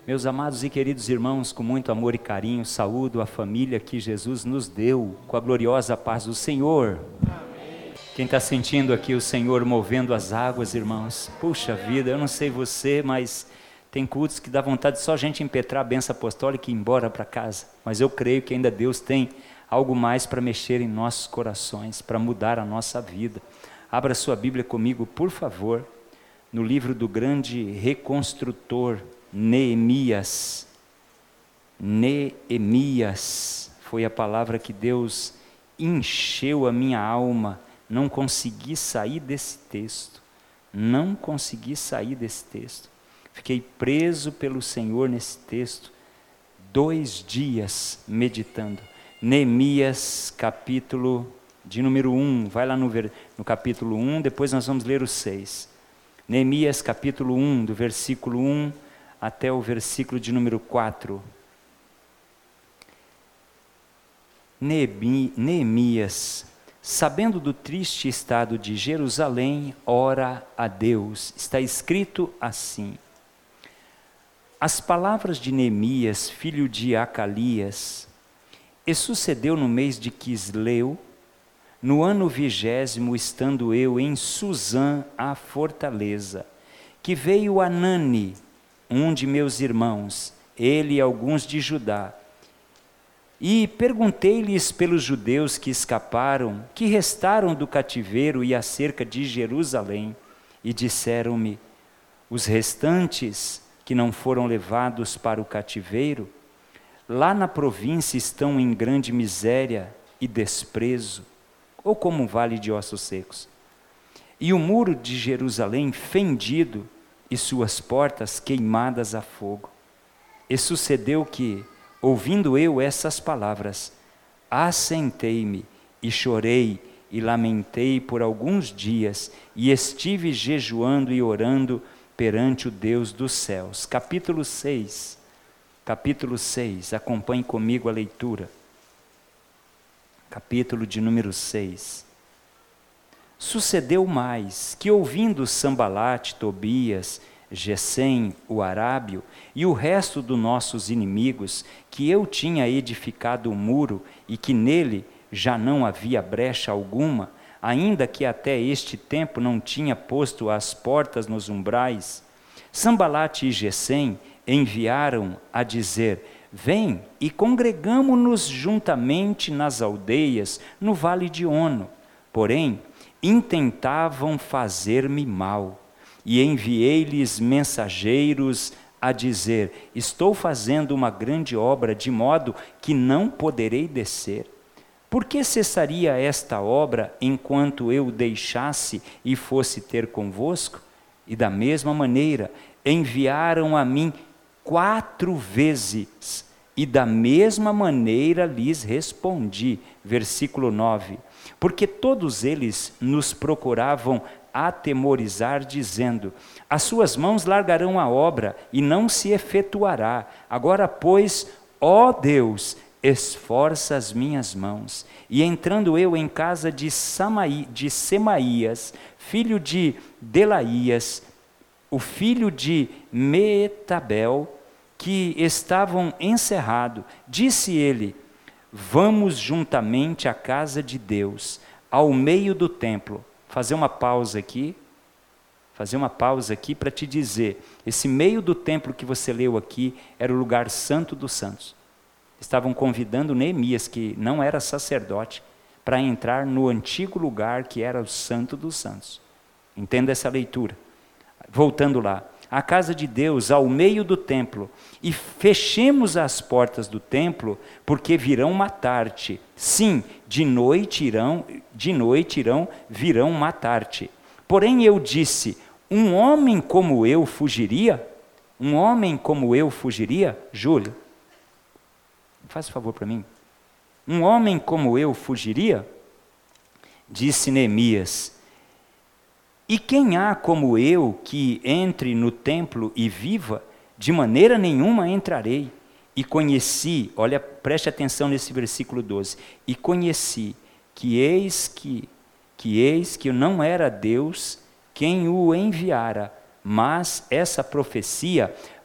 Meus amados e queridos irmãos, com muito amor e carinho, saúdo a família que Jesus nos deu, com a gloriosa paz do Senhor. Amém. Quem está sentindo aqui o Senhor movendo as águas, irmãos? Puxa vida, eu não sei você, mas tem cultos que dá vontade de só a gente impetrar a bênção apostólica e ir embora para casa. Mas eu creio que ainda Deus tem algo mais para mexer em nossos corações, para mudar a nossa vida. Abra sua Bíblia comigo, por favor, no livro do grande reconstrutor, Neemias. Neemias foi a palavra que Deus encheu a minha alma. Não consegui sair desse texto. Não consegui sair desse texto. Fiquei preso pelo Senhor nesse texto 2 dias meditando. Neemias, capítulo de número 1. Vai lá no capítulo 1, depois nós vamos ler o 6. Neemias, capítulo 1, do versículo 1 até o versículo de número 4. Neemias, sabendo do triste estado de Jerusalém, ora a Deus. Está escrito assim: as palavras de Neemias, filho de Acalias, e sucedeu no mês de Quisleu, no ano 20º, estando eu em Susã, a fortaleza, que veio Anani, um de meus irmãos, ele e alguns de Judá. E perguntei-lhes pelos judeus que escaparam, que restaram do cativeiro e acerca de Jerusalém, e disseram-me: os restantes que não foram levados para o cativeiro, lá na província estão em grande miséria e desprezo, ou como um vale de ossos secos. E o muro de Jerusalém fendido, e suas portas queimadas a fogo. E sucedeu que, ouvindo eu essas palavras, assentei-me e chorei e lamentei por alguns dias, e estive jejuando e orando perante o Deus dos céus. Capítulo 6, acompanhe comigo a leitura. Capítulo de número 6. Sucedeu mais, que ouvindo Sambalate, Tobias, Gesem, o arábio, e o resto dos nossos inimigos, que eu tinha edificado o muro, e que nele já não havia brecha alguma, ainda que até este tempo não tinha posto as portas nos umbrais, Sambalate e Gesem enviaram a dizer: vem e congregamo-nos juntamente nas aldeias, no vale de Ono. Porém, intentavam fazer-me mal, e enviei-lhes mensageiros a dizer: estou fazendo uma grande obra, de modo que não poderei descer. Por que cessaria esta obra enquanto eu deixasse e fosse ter convosco? E da mesma maneira enviaram a mim 4 vezes, e da mesma maneira lhes respondi. Versículo 9. Porque todos eles nos procuravam atemorizar, dizendo: as suas mãos largarão a obra, e não se efetuará. Agora, pois, ó Deus, esforça as minhas mãos. E entrando eu em casa de Semaías, filho de Delaías, o filho de Metabel, que estavam encerrados, disse ele: vamos juntamente à casa de Deus, ao meio do templo. Fazer uma pausa aqui para te dizer, esse meio do templo que você leu aqui era o lugar santo dos santos. Estavam convidando Neemias, que não era sacerdote, para entrar no antigo lugar que era o santo dos santos. Entenda essa leitura. Voltando lá, a casa de Deus ao meio do templo, e fechemos as portas do templo, porque virão matar-te. Sim, de noite virão matar-te. Porém eu disse: um homem como eu fugiria? Um homem como eu fugiria? Júlio, faz um favor para mim. Um homem como eu fugiria? Disse Neemias: e quem há como eu que entre no templo e viva? De maneira nenhuma entrarei. E conheci, olha, preste atenção nesse versículo 12. E conheci que eis que não era Deus quem o enviara, mas essa profecia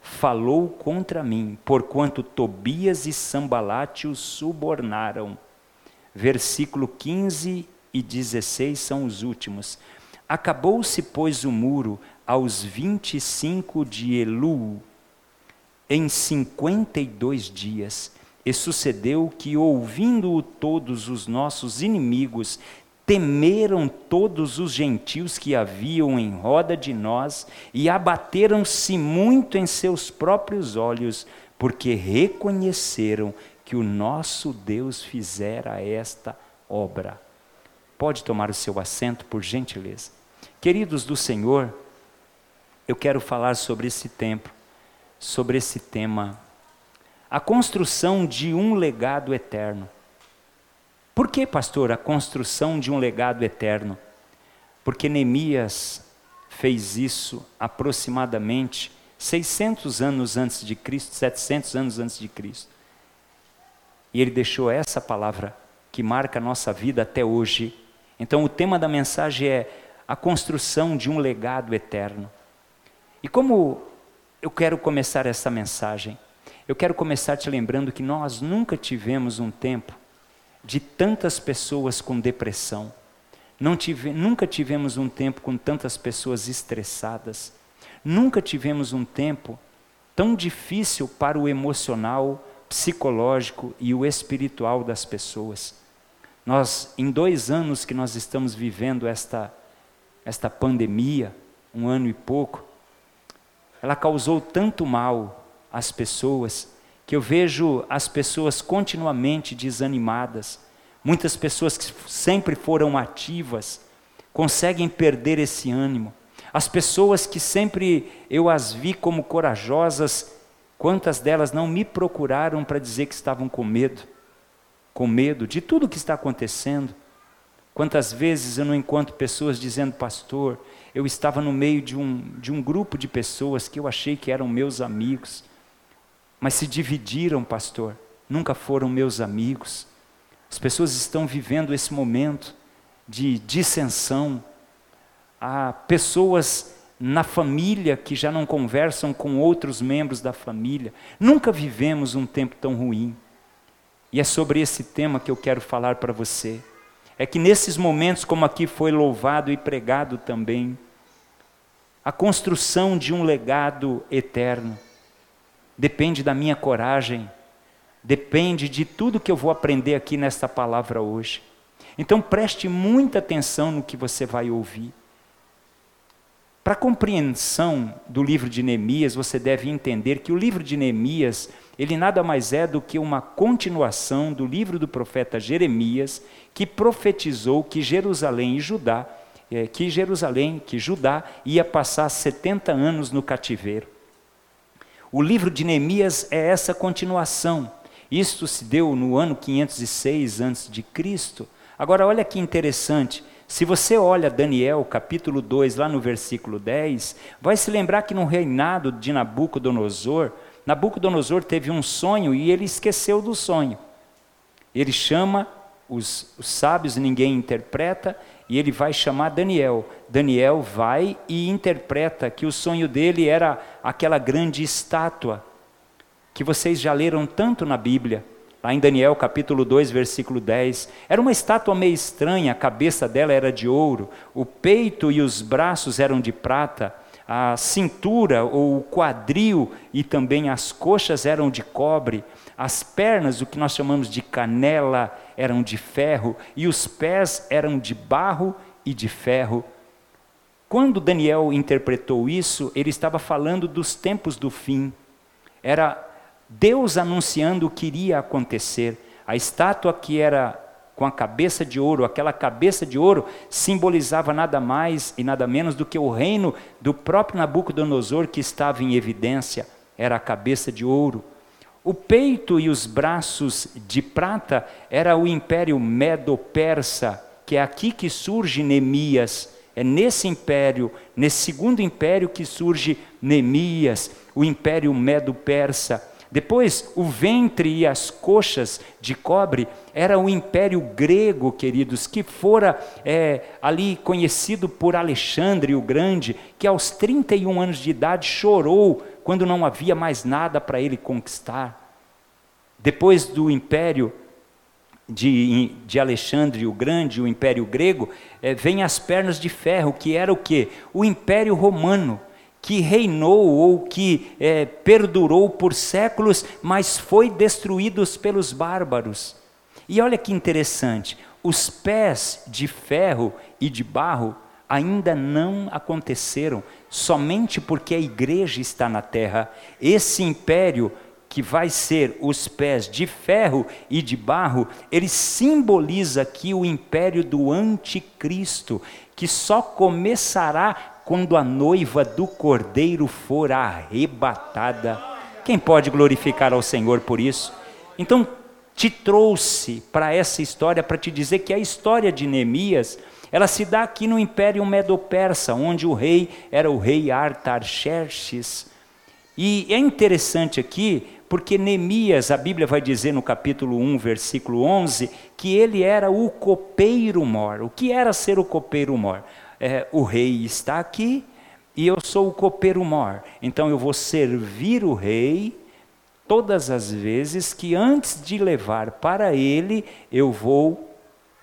falou contra mim, porquanto Tobias e Sambalate o subornaram. Versículo 15 e 16 são os últimos. Acabou-se, pois, o muro aos 25 de Elul, em 52 dias. E sucedeu que, ouvindo-o todos os nossos inimigos, temeram todos os gentios que haviam em roda de nós e abateram-se muito em seus próprios olhos, porque reconheceram que o nosso Deus fizera esta obra. Pode tomar o seu assento, por gentileza. Queridos do Senhor, eu quero falar sobre esse tempo, sobre esse tema, a construção de um legado eterno. Por que, pastor, a construção de um legado eterno? Porque Neemias fez isso aproximadamente 600 anos antes de Cristo, 700 anos antes de Cristo. E ele deixou essa palavra que marca a nossa vida até hoje. Então o tema da mensagem é a construção de um legado eterno. E como eu quero começar essa mensagem? Eu quero começar te lembrando que nós nunca tivemos um tempo de tantas pessoas com depressão. Nunca tivemos um tempo com tantas pessoas estressadas. Nunca tivemos um tempo tão difícil para o emocional, psicológico e o espiritual das pessoas. Nós, em 2 anos que nós estamos vivendo esta pandemia, 1 ano e pouco, ela causou tanto mal às pessoas, que eu vejo as pessoas continuamente desanimadas. Muitas pessoas que sempre foram ativas, conseguem perder esse ânimo. As pessoas que sempre eu as vi como corajosas, quantas delas não me procuraram para dizer que estavam com medo de tudo que está acontecendo. Quantas vezes eu não encontro pessoas dizendo, pastor, eu estava no meio de um grupo de pessoas que eu achei que eram meus amigos, mas se dividiram, pastor, nunca foram meus amigos. As pessoas estão vivendo esse momento de dissensão. Há pessoas na família que já não conversam com outros membros da família. Nunca vivemos um tempo tão ruim. E é sobre esse tema que eu quero falar para você. É que nesses momentos, como aqui foi louvado e pregado também, a construção de um legado eterno depende da minha coragem, depende de tudo que eu vou aprender aqui nesta palavra hoje. Então preste muita atenção no que você vai ouvir. Para a compreensão do livro de Neemias, você deve entender que o livro de Neemias, ele nada mais é do que uma continuação do livro do profeta Jeremias, que profetizou que Judá ia passar 70 anos no cativeiro. O livro de Neemias é essa continuação. Isto se deu no ano 506 a.C. Agora olha que interessante, se você olha Daniel capítulo 2, lá no versículo 10, vai se lembrar que no reinado de Nabucodonosor teve um sonho e ele esqueceu do sonho. Ele chama os sábios, ninguém interpreta, e ele vai chamar Daniel. Daniel vai e interpreta que o sonho dele era aquela grande estátua, que vocês já leram tanto na Bíblia. Lá em Daniel capítulo 2, versículo 10, era uma estátua meio estranha, a cabeça dela era de ouro, o peito e os braços eram de prata, a cintura ou o quadril e também as coxas eram de cobre, as pernas, o que nós chamamos de canela, eram de ferro, e os pés eram de barro e de ferro. Quando Daniel interpretou isso, ele estava falando dos tempos do fim. Era Deus anunciando o que iria acontecer. A estátua que era com a cabeça de ouro, aquela cabeça de ouro simbolizava nada mais e nada menos do que o reino do próprio Nabucodonosor que estava em evidência, era a cabeça de ouro. O peito e os braços de prata era o império Medo-Persa, que é aqui que surge Neemias. É nesse império, nesse segundo império que surge Neemias, o império Medo-Persa. Depois, o ventre e as coxas de cobre era o Império Grego, queridos, que fora ali conhecido por Alexandre o Grande, que aos 31 anos de idade chorou quando não havia mais nada para ele conquistar. Depois do Império de Alexandre o Grande, o Império Grego, vem as pernas de ferro, que era o quê? O Império Romano, que reinou ou que perdurou por séculos, mas foi destruído pelos bárbaros. E olha que interessante, os pés de ferro e de barro ainda não aconteceram, somente porque a igreja está na terra. Esse império que vai ser os pés de ferro e de barro, ele simboliza aqui o império do anticristo, que só começará quando a noiva do Cordeiro for arrebatada. Quem pode glorificar ao Senhor por isso? Então, te trouxe para essa história para te dizer que a história de Neemias, ela se dá aqui no Império Medo-Persa, onde o rei era o rei Artaxerxes. E é interessante aqui, porque Neemias, a Bíblia vai dizer no capítulo 1, versículo 11, que ele era o copeiro-mor. O que era ser o copeiro-mor? O rei está aqui e eu sou o copeiro-mor. Então eu vou servir o rei todas as vezes que antes de levar para ele, eu vou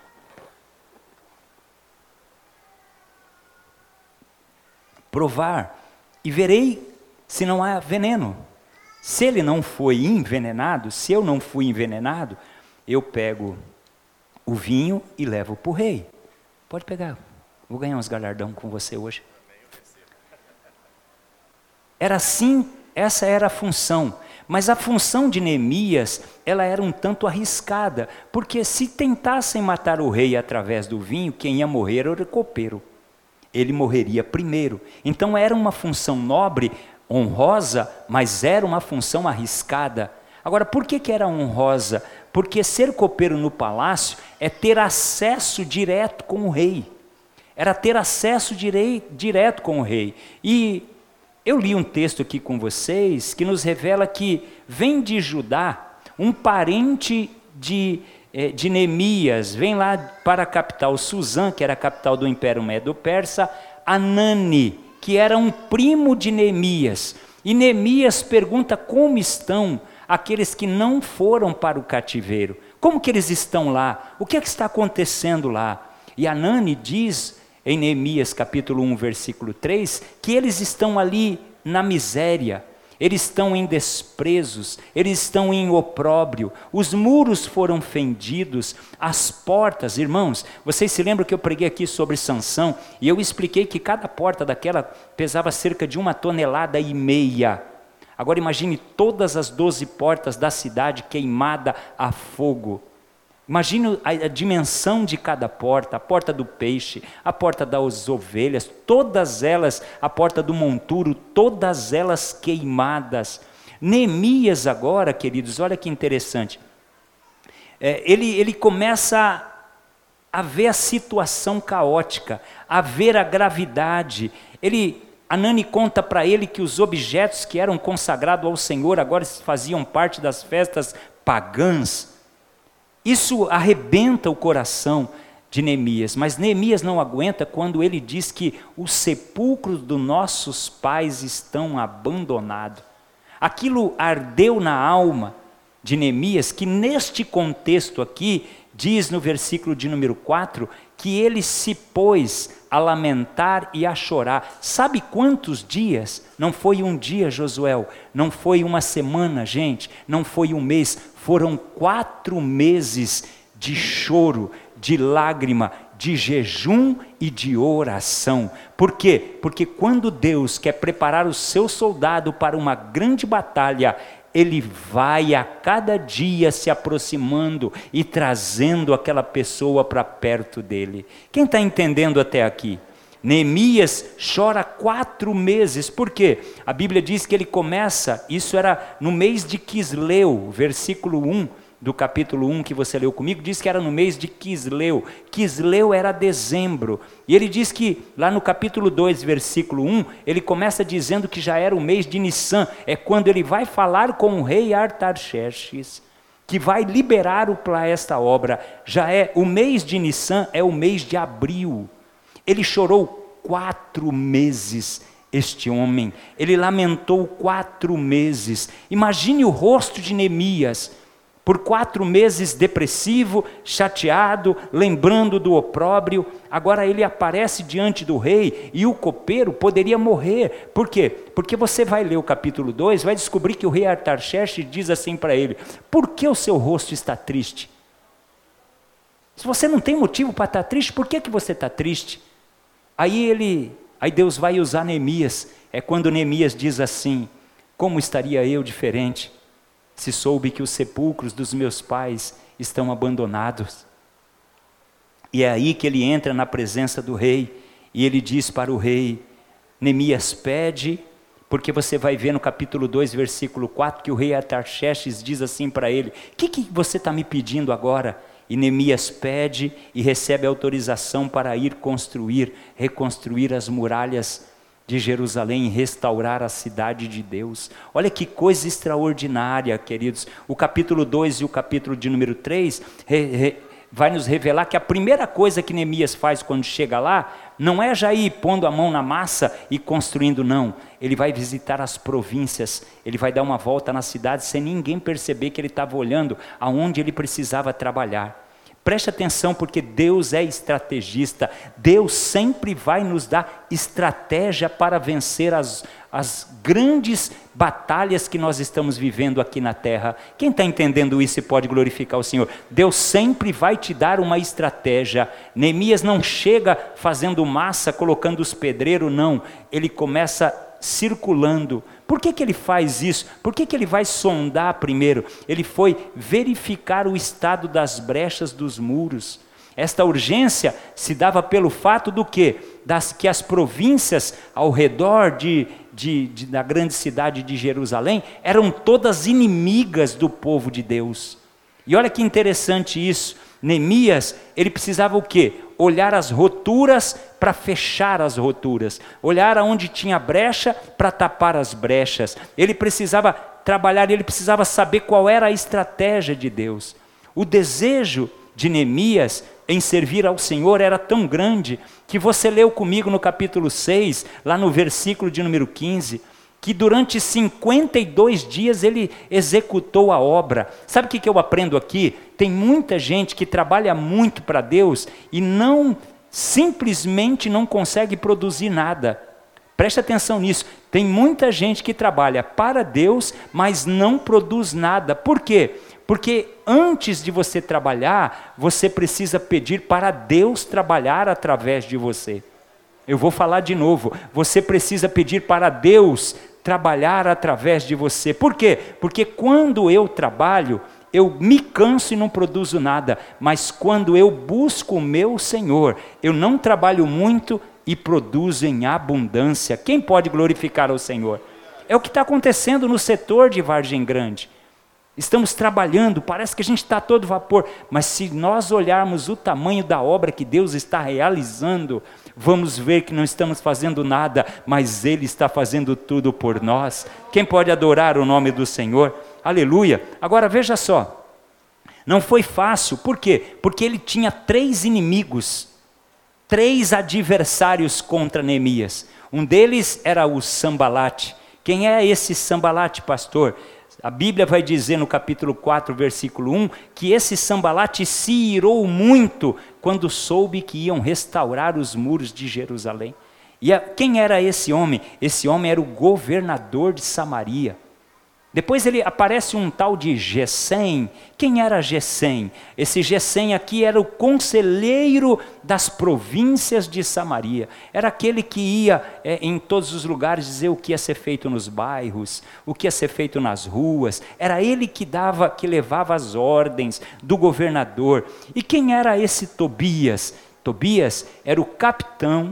provar e verei se não há veneno. Se ele não foi envenenado, se eu não fui envenenado, eu pego o vinho e levo para o rei. Pode pegar, vou ganhar uns galardão com você hoje. Era assim, essa era a função. Mas a função de Neemias, ela era um tanto arriscada, porque se tentassem matar o rei através do vinho, quem ia morrer era o copeiro. Ele morreria primeiro. Então era uma função nobre, honrosa, mas era uma função arriscada. Agora, por que era honrosa? Porque ser copeiro no palácio é ter acesso direto com o rei. Era ter acesso direto com o rei. E eu li um texto aqui com vocês que nos revela que vem de Judá um parente de Neemias, vem lá para a capital Suzã, que era a capital do Império Medo-Persa, Anani, que era um primo de Neemias. E Neemias pergunta como estão aqueles que não foram para o cativeiro. Como que eles estão lá? O que é que está acontecendo lá? E Anani diz em Neemias capítulo 1, versículo 3, que eles estão ali na miséria, eles estão em desprezos, eles estão em opróbrio, os muros foram fendidos, as portas, irmãos, vocês se lembram que eu preguei aqui sobre Sansão, e eu expliquei que cada porta daquela pesava cerca de 1,5 toneladas. Agora imagine todas as 12 portas da cidade queimada a fogo. Imagine a dimensão de cada porta, a porta do peixe, a porta das ovelhas, todas elas, a porta do monturo, todas elas queimadas. Neemias agora, queridos, olha que interessante, ele começa a ver a situação caótica, a ver a gravidade. Anani conta para ele que os objetos que eram consagrados ao Senhor agora faziam parte das festas pagãs. Isso arrebenta o coração de Neemias, mas Neemias não aguenta quando ele diz que os sepulcros dos nossos pais estão abandonados. Aquilo ardeu na alma de Neemias, que neste contexto aqui, diz no versículo de número 4, que ele se pôs a lamentar e a chorar. Sabe quantos dias? Não foi um dia, Josuel, não foi uma semana, gente, não foi um mês, foram 4 meses de choro, de lágrima, de jejum e de oração. Por quê? Porque quando Deus quer preparar o seu soldado para uma grande batalha, ele vai a cada dia se aproximando e trazendo aquela pessoa para perto dele. Quem está entendendo até aqui? Neemias chora 4 meses, por quê? A Bíblia diz que ele começa, isso era no mês de Quisleu, versículo 1 do capítulo 1 que você leu comigo, diz que era no mês de Quisleu. Quisleu era dezembro. E ele diz que lá no capítulo 2, versículo 1, ele começa dizendo que já era o mês de Nissan. É quando ele vai falar com o rei Artaxerxes, que vai liberar para esta obra. Já é o mês de Nissan, é o mês de abril. Ele chorou 4 meses, este homem. Ele lamentou 4 meses. Imagine o rosto de Neemias, por 4 meses depressivo, chateado, lembrando do opróbrio. Agora ele aparece diante do rei e o copeiro poderia morrer. Por quê? Porque você vai ler o capítulo 2, vai descobrir que o rei Artaxerxes diz assim para ele: por que o seu rosto está triste? Se você não tem motivo para estar triste, por que você está triste? Aí Deus vai usar Neemias. É quando Neemias diz assim: como estaria eu diferente se soube que os sepulcros dos meus pais estão abandonados? E é aí que ele entra na presença do rei, e ele diz para o rei: Neemias pede, porque você vai ver no capítulo 2, versículo 4, que o rei Artaxerxes diz assim para ele: o que você está me pedindo agora? E Neemias pede e recebe autorização para ir reconstruir as muralhas de Jerusalém e restaurar a cidade de Deus. Olha que coisa extraordinária, queridos. O capítulo 2 e o capítulo de número 3 vai nos revelar que a primeira coisa que Neemias faz quando chega lá, não é já ir pondo a mão na massa e construindo, não. Ele vai visitar as províncias, ele vai dar uma volta na cidade sem ninguém perceber que ele estava olhando aonde ele precisava trabalhar. Preste atenção, porque Deus é estrategista. Deus sempre vai nos dar estratégia para vencer as grandes batalhas que nós estamos vivendo aqui na terra. Quem está entendendo isso e pode glorificar o Senhor? Deus sempre vai te dar uma estratégia. Neemias não chega fazendo massa, colocando os pedreiros, não. Ele começa circulando. Por que ele faz isso? Por que ele vai sondar primeiro? Ele foi verificar o estado das brechas dos muros. Esta urgência se dava pelo fato do quê? Que as províncias ao redor da grande cidade de Jerusalém eram todas inimigas do povo de Deus. E olha que interessante isso. Neemias, ele precisava o quê? Olhar as roturas para fechar as roturas, olhar aonde tinha brecha para tapar as brechas. Ele precisava trabalhar, ele precisava saber qual era a estratégia de Deus. O desejo de Neemias em servir ao Senhor era tão grande, que você leu comigo no capítulo 6, lá no versículo de número 15, que durante 52 dias ele executou a obra. Sabe o que eu aprendo aqui? Tem muita gente que trabalha muito para Deus e simplesmente não consegue produzir nada. Preste atenção nisso. Tem muita gente que trabalha para Deus, mas não produz nada. Por quê? Porque antes de você trabalhar, você precisa pedir para Deus trabalhar através de você. Eu vou falar de novo. Você precisa pedir para Deus trabalhar através de você. Por quê? Porque quando eu trabalho, eu me canso e não produzo nada. Mas quando eu busco o meu Senhor, eu não trabalho muito e produzo em abundância. Quem pode glorificar ao Senhor? É o que está acontecendo no setor de Vargem Grande. Estamos trabalhando, parece que a gente está a todo vapor, mas se nós olharmos o tamanho da obra que Deus está realizando, vamos ver que não estamos fazendo nada, mas Ele está fazendo tudo por nós. Quem pode adorar o nome do Senhor? Aleluia! Agora veja só, não foi fácil, por quê? Porque ele tinha 3 inimigos, 3 adversários contra Neemias. Um deles era o Sambalate. Quem é esse Sambalate, pastor? A Bíblia vai dizer no capítulo 4, versículo 1, que esse Sambalate se irou muito quando soube que iam restaurar os muros de Jerusalém. E quem era esse homem? Esse homem era o governador de Samaria. Depois aparece um tal de Gesem. Quem era Gesem? Esse Gesem aqui era o conselheiro das províncias de Samaria. Era aquele que ia em todos os lugares dizer o que ia ser feito nos bairros, o que ia ser feito nas ruas. Era ele que levava as ordens do governador. E quem era esse Tobias? Tobias era o capitão.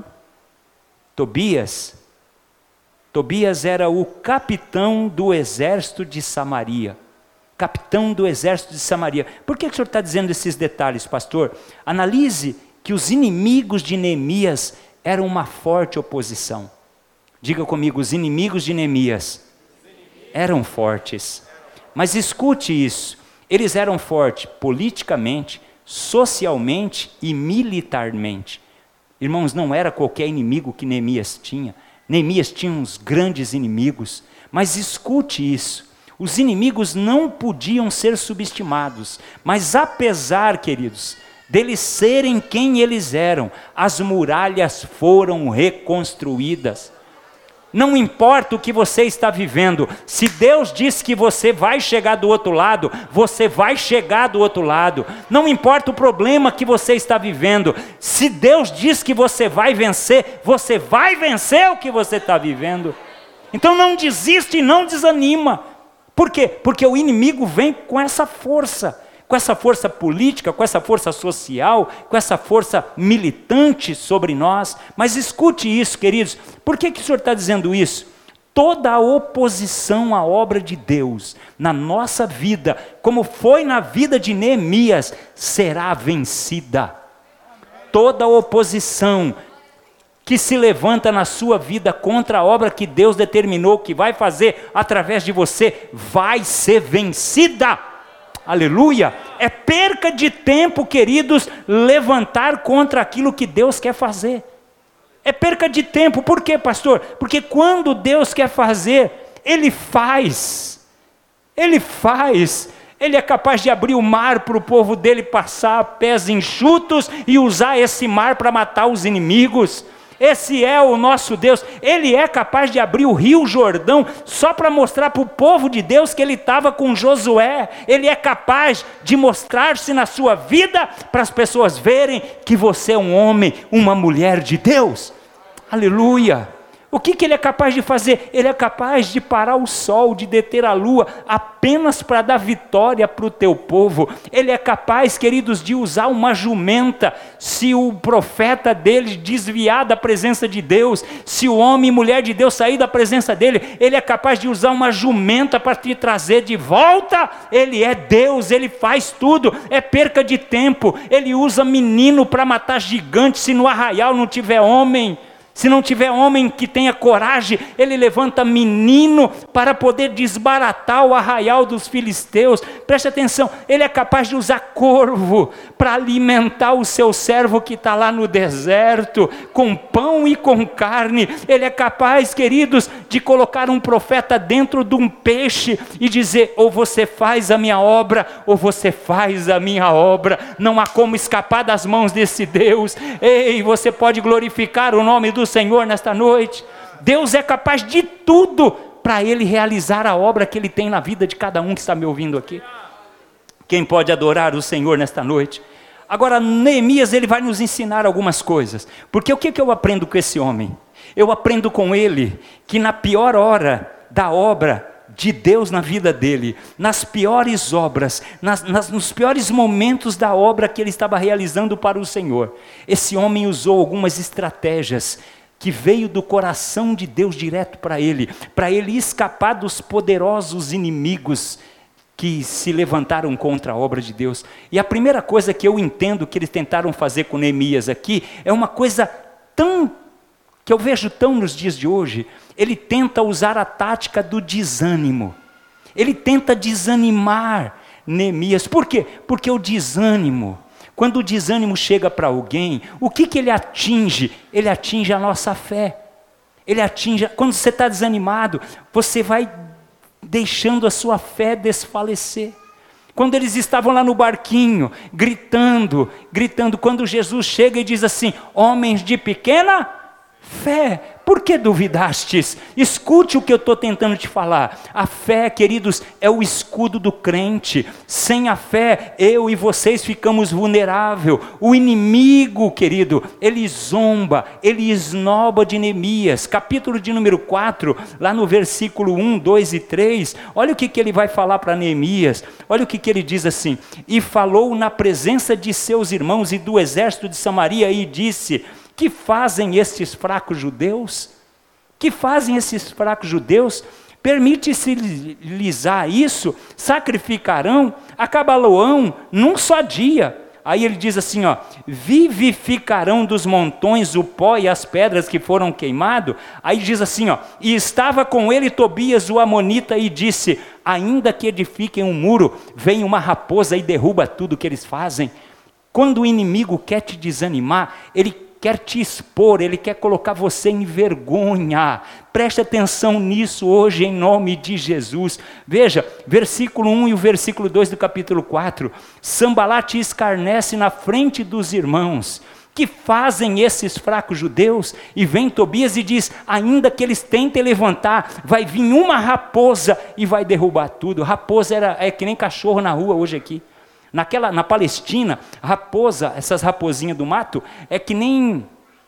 Tobias era o capitão do exército de Samaria. capitão do exército de Samaria. Por que o senhor está dizendo esses detalhes, pastor? Analise que os inimigos de Neemias eram uma forte oposição. Diga comigo, os inimigos de Neemias eram fortes. Mas escute isso, eles eram fortes politicamente, socialmente e militarmente. Irmãos, não era qualquer inimigo que Neemias tinha. Neemias tinha uns grandes inimigos. Mas escute isso, os inimigos não podiam ser subestimados. Mas apesar, queridos, deles serem quem eles eram, as muralhas foram reconstruídas. Não importa o que você está vivendo, se Deus diz que você vai chegar do outro lado, você vai chegar do outro lado. Não importa o problema que você está vivendo, se Deus diz que você vai vencer o que você está vivendo. Então não desiste e não desanima. Por quê? Porque o inimigo vem com essa força política, com essa força social, com essa força militante sobre nós. Mas escute isso, queridos, por que o senhor está dizendo isso? Toda a oposição à obra de Deus na nossa vida, como foi na vida de Neemias, será vencida. Toda a oposição que se levanta na sua vida contra a obra que Deus determinou que vai fazer através de você, vai ser vencida. Aleluia! É perca de tempo, queridos, levantar contra aquilo que Deus quer fazer. É perca de tempo. Por quê, pastor? Porque quando Deus quer fazer, Ele faz. Ele faz. Ele é capaz de abrir o mar para o povo dele passar a pés enxutos e usar esse mar para matar os inimigos. Esse é o nosso Deus. Ele é capaz de abrir o rio Jordão só para mostrar para o povo de Deus que ele estava com Josué. Ele é capaz de mostrar-se na sua vida para as pessoas verem que você é um homem, uma mulher de Deus. Aleluia! O que ele é capaz de fazer? Ele é capaz de parar o sol, de deter a lua, apenas para dar vitória para o teu povo. Ele é capaz, queridos, de usar uma jumenta, se o profeta dele desviar da presença de Deus, se o homem e mulher de Deus sair da presença dele, ele é capaz de usar uma jumenta para te trazer de volta. Ele é Deus, ele faz tudo, é perca de tempo. Ele usa menino para matar gigantes, se no arraial não tiver homem. Se não tiver homem que tenha coragem, ele levanta menino para poder desbaratar o arraial dos filisteus. Preste atenção, ele é capaz de usar corvo para alimentar o seu servo que está lá no deserto, com pão e com carne. Ele é capaz, queridos, de colocar um profeta dentro de um peixe e dizer: ou você faz a minha obra, ou você faz a minha obra. Não há como escapar das mãos desse Deus. Ei, você pode glorificar o nome do Senhor nesta noite. Deus é capaz de tudo para Ele realizar a obra que Ele tem na vida de cada um que está me ouvindo aqui. Quem pode adorar o Senhor nesta noite? Agora, Neemias, ele vai nos ensinar algumas coisas, porque o que eu aprendo com esse homem? Eu aprendo com ele que na pior hora da obra de Deus na vida dele, nas piores obras, nos piores momentos da obra que ele estava realizando para o Senhor, esse homem usou algumas estratégias que veio do coração de Deus direto para ele escapar dos poderosos inimigos que se levantaram contra a obra de Deus. E a primeira coisa que eu entendo que eles tentaram fazer com Neemias aqui, é uma coisa que eu vejo tão nos dias de hoje. Ele tenta usar a tática do desânimo. Ele tenta desanimar Neemias. Por quê? Porque o desânimo, quando o desânimo chega para alguém, o que ele atinge? Ele atinge a nossa fé. Quando você está desanimado, você vai deixando a sua fé desfalecer. Quando eles estavam lá no barquinho, gritando, quando Jesus chega e diz assim: homens de pequena fé, por que duvidastes? Escute o que eu estou tentando te falar. A fé, queridos, é o escudo do crente. Sem a fé, eu e vocês ficamos vulneráveis. O inimigo, querido, ele zomba, ele esnoba de Neemias. Capítulo de número 4, lá no versículo 1, 2 e 3, olha o que ele vai falar para Neemias. Olha o que ele diz assim: e falou na presença de seus irmãos e do exército de Samaria e disse: que fazem estes fracos judeus? Que fazem esses fracos judeus? permite-se-lhes isso, sacrificarão, acabá-lo-ão num só dia. Aí ele diz assim, ó, vivificarão dos montões o pó e as pedras que foram queimados. Aí diz assim, ó, e estava com ele Tobias o amonita e disse, ainda que edifiquem um muro, vem uma raposa e derruba tudo que eles fazem. Quando o inimigo quer te desanimar, ele quer te expor, ele quer colocar você em vergonha. Preste atenção nisso hoje em nome de Jesus. Veja, versículo 1 e o versículo 2 do capítulo 4. Sanbalate escarnece na frente dos irmãos. Que fazem esses fracos judeus? E vem Tobias e diz, ainda que eles tentem levantar, vai vir uma raposa e vai derrubar tudo. Raposa é que nem cachorro na rua hoje aqui. Na Palestina, raposa, essas raposinhas do mato, é que nem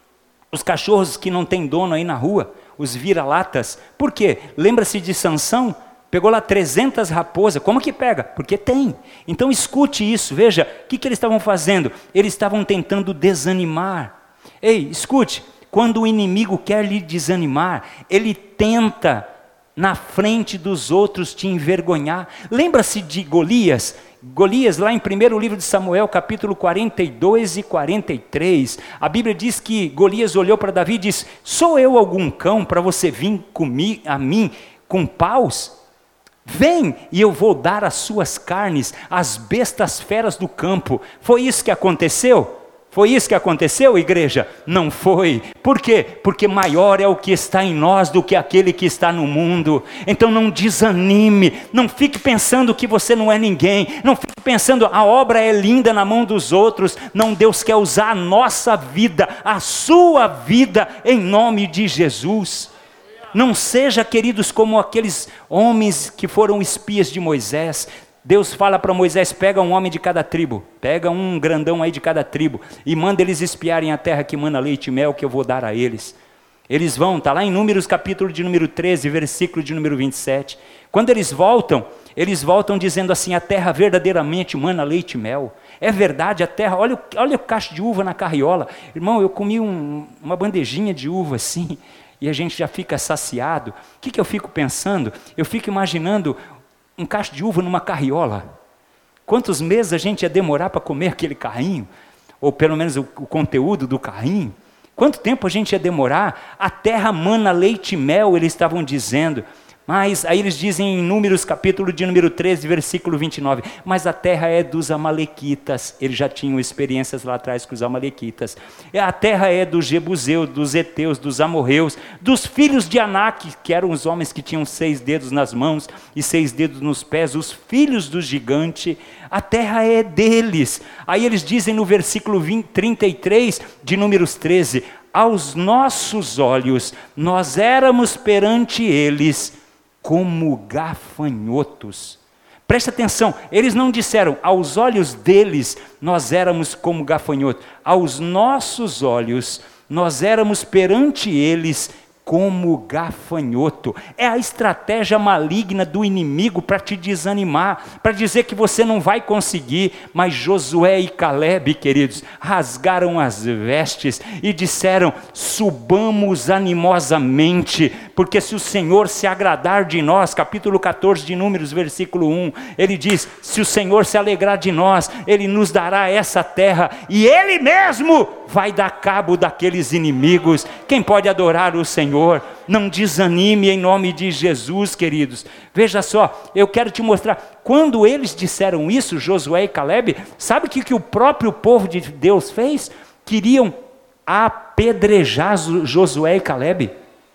os cachorros que não tem dono aí na rua, os vira-latas. Por quê? Lembra-se de Sansão? Pegou lá 300 raposas. Como que pega? Porque tem. Então escute isso, veja, o que eles estavam fazendo? Eles estavam tentando desanimar. Ei, escute, quando o inimigo quer lhe desanimar, ele tenta na frente dos outros te envergonhar. Lembra-se de Golias? Golias, lá em 1º livro de Samuel, capítulo 42 e 43, a Bíblia diz que Golias olhou para Davi e disse, sou eu algum cão para você vir a mim com paus? Vem e eu vou dar as suas carnes às bestas feras do campo. Foi isso que aconteceu? Foi isso que aconteceu, igreja? Não foi. Por quê? Porque maior é o que está em nós do que aquele que está no mundo. Então não desanime, não fique pensando que você não é ninguém, não fique pensando a obra é linda na mão dos outros. Não, Deus quer usar a nossa vida, a sua vida, em nome de Jesus. Não seja, queridos, como aqueles homens que foram espias de Moisés. Deus fala para Moisés, pega um homem de cada tribo, pega um grandão aí de cada tribo, e manda eles espiarem a terra que mana leite e mel, que eu vou dar a eles. Eles vão, está lá em Números capítulo de número 13, versículo de número 27. Quando eles voltam dizendo assim, a terra verdadeiramente mana leite e mel. É verdade, a terra, olha o cacho de uva na carriola. Irmão, eu comi uma bandejinha de uva assim, e a gente já fica saciado. O que eu fico pensando? Eu fico imaginando um cacho de uva numa carriola. Quantos meses a gente ia demorar para comer aquele carrinho? Ou pelo menos o conteúdo do carrinho? Quanto tempo a gente ia demorar? A terra mana leite e mel, eles estavam dizendo. Mas aí eles dizem em Números capítulo de número 13, versículo 29, mas a terra é dos amalequitas. Eles já tinham experiências lá atrás com os amalequitas. A terra é dos jebuseus, dos heteus, dos amorreus, dos filhos de Anak, que eram os homens que tinham 6 dedos nas mãos e 6 dedos nos pés, os filhos do gigante. A terra é deles. Aí eles dizem no versículo 33 de Números 13, aos nossos olhos nós éramos perante eles como gafanhotos. Presta atenção, eles não disseram, aos olhos deles nós éramos como gafanhotos. Aos nossos olhos nós éramos perante eles como gafanhoto. É a estratégia maligna do inimigo para te desanimar, para dizer que você não vai conseguir. Mas Josué e Calebe, queridos, rasgaram as vestes e disseram, subamos animosamente, porque se o Senhor se agradar de nós, capítulo 14 de Números, versículo 1, ele diz, se o Senhor se alegrar de nós, ele nos dará essa terra, e ele mesmo vai dar cabo daqueles inimigos. Quem pode adorar o Senhor? Não desanime em nome de Jesus, queridos. Veja só, eu quero te mostrar, quando eles disseram isso, Josué e Calebe, sabe o que o próprio povo de Deus fez? Queriam apedrejar Josué e Calebe.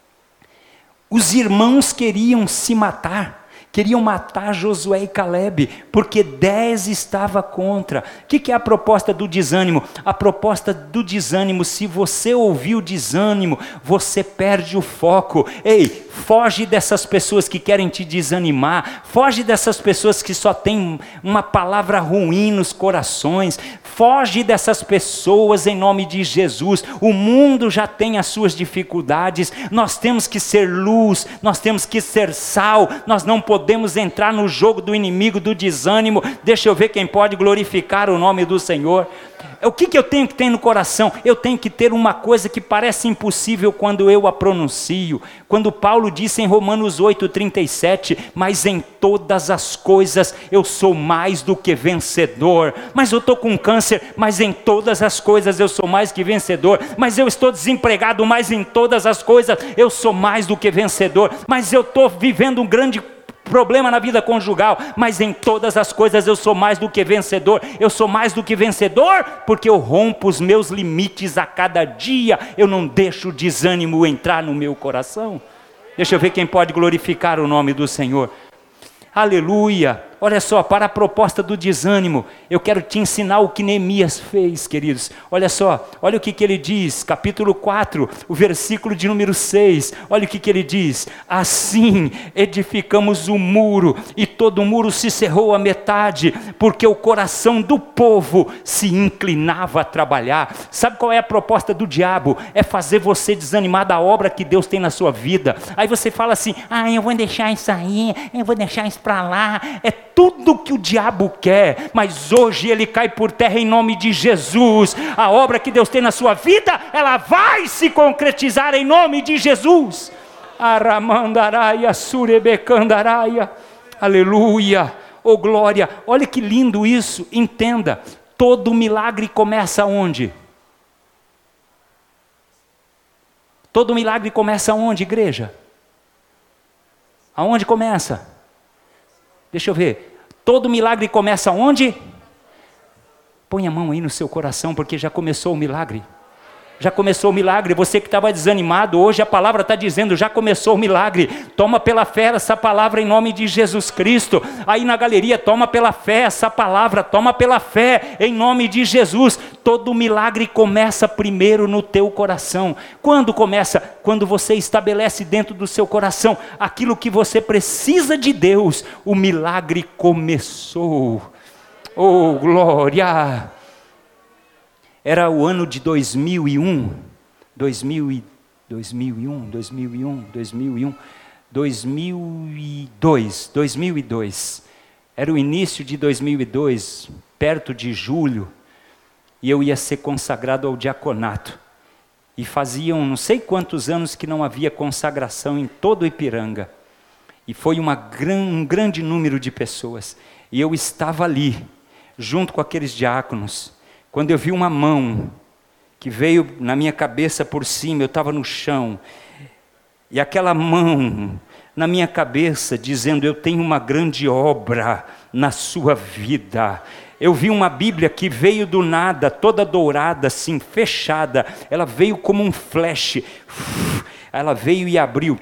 Os irmãos queriam se matar, queriam matar Josué e Calebe, porque 10 estava contra. O que é a proposta do desânimo? A proposta do desânimo, se você ouvir o desânimo, você perde o foco. Ei, foge dessas pessoas que querem te desanimar, foge dessas pessoas que só têm uma palavra ruim nos corações, foge dessas pessoas em nome de Jesus. O mundo já tem as suas dificuldades, nós temos que ser luz, nós temos que ser sal, nós não podemos entrar no jogo do inimigo do desânimo. Deixa eu ver quem pode glorificar o nome do Senhor. O que eu tenho que ter no coração? Eu tenho que ter uma coisa que parece impossível quando eu a pronuncio. Quando Paulo disse em Romanos 8,37, mas em todas as coisas eu sou mais do que vencedor. Mas eu estou com câncer, mas em todas as coisas eu sou mais que vencedor. Mas eu estou desempregado, mas em todas as coisas eu sou mais do que vencedor. Mas eu estou vivendo um grande problema na vida conjugal, mas em todas as coisas eu sou mais do que vencedor. Eu sou mais do que vencedor porque eu rompo os meus limites a cada dia. Eu não deixo o desânimo entrar no meu coração. Deixa eu ver quem pode glorificar o nome do Senhor. Aleluia. Olha só, para a proposta do desânimo, eu quero te ensinar o que Neemias fez, queridos. Olha só, olha o que ele diz, capítulo 4, o versículo de número 6. Olha o que ele diz: assim edificamos o muro, e todo o muro se cerrou à metade, porque o coração do povo se inclinava a trabalhar. Sabe qual é a proposta do diabo? É fazer você desanimar da obra que Deus tem na sua vida. Aí você fala assim: eu vou deixar isso aí, eu vou deixar isso para lá. É tudo que o diabo quer, mas hoje ele cai por terra em nome de Jesus. A obra que Deus tem na sua vida, ela vai se concretizar em nome de Jesus. Aramandaraia, surebecandaraia, aleluia, oh glória. Olha que lindo isso, entenda, todo milagre começa onde? Todo milagre começa onde, igreja? Aonde começa? Deixa eu ver, todo milagre começa onde? Põe a mão aí no seu coração, porque já começou o milagre. Já começou o milagre. Você que estava desanimado, hoje a palavra está dizendo, já começou o milagre. Toma pela fé essa palavra em nome de Jesus Cristo. Aí na galeria, toma pela fé essa palavra, toma pela fé em nome de Jesus. Todo milagre começa primeiro no teu coração. Quando começa? Quando você estabelece dentro do seu coração aquilo que você precisa de Deus. O milagre começou. Oh glória! Era o ano de 2001, 2002. Era o início de 2002, perto de julho, e eu ia ser consagrado ao diaconato. E faziam não sei quantos anos que não havia consagração em todo o Ipiranga. E foi um grande número de pessoas. E eu estava ali, junto com aqueles diáconos, quando eu vi uma mão que veio na minha cabeça por cima, eu estava no chão, e aquela mão na minha cabeça dizendo: eu tenho uma grande obra na sua vida. Eu vi uma Bíblia que veio do nada, toda dourada assim, fechada, ela veio como um flash, ela veio e abriu,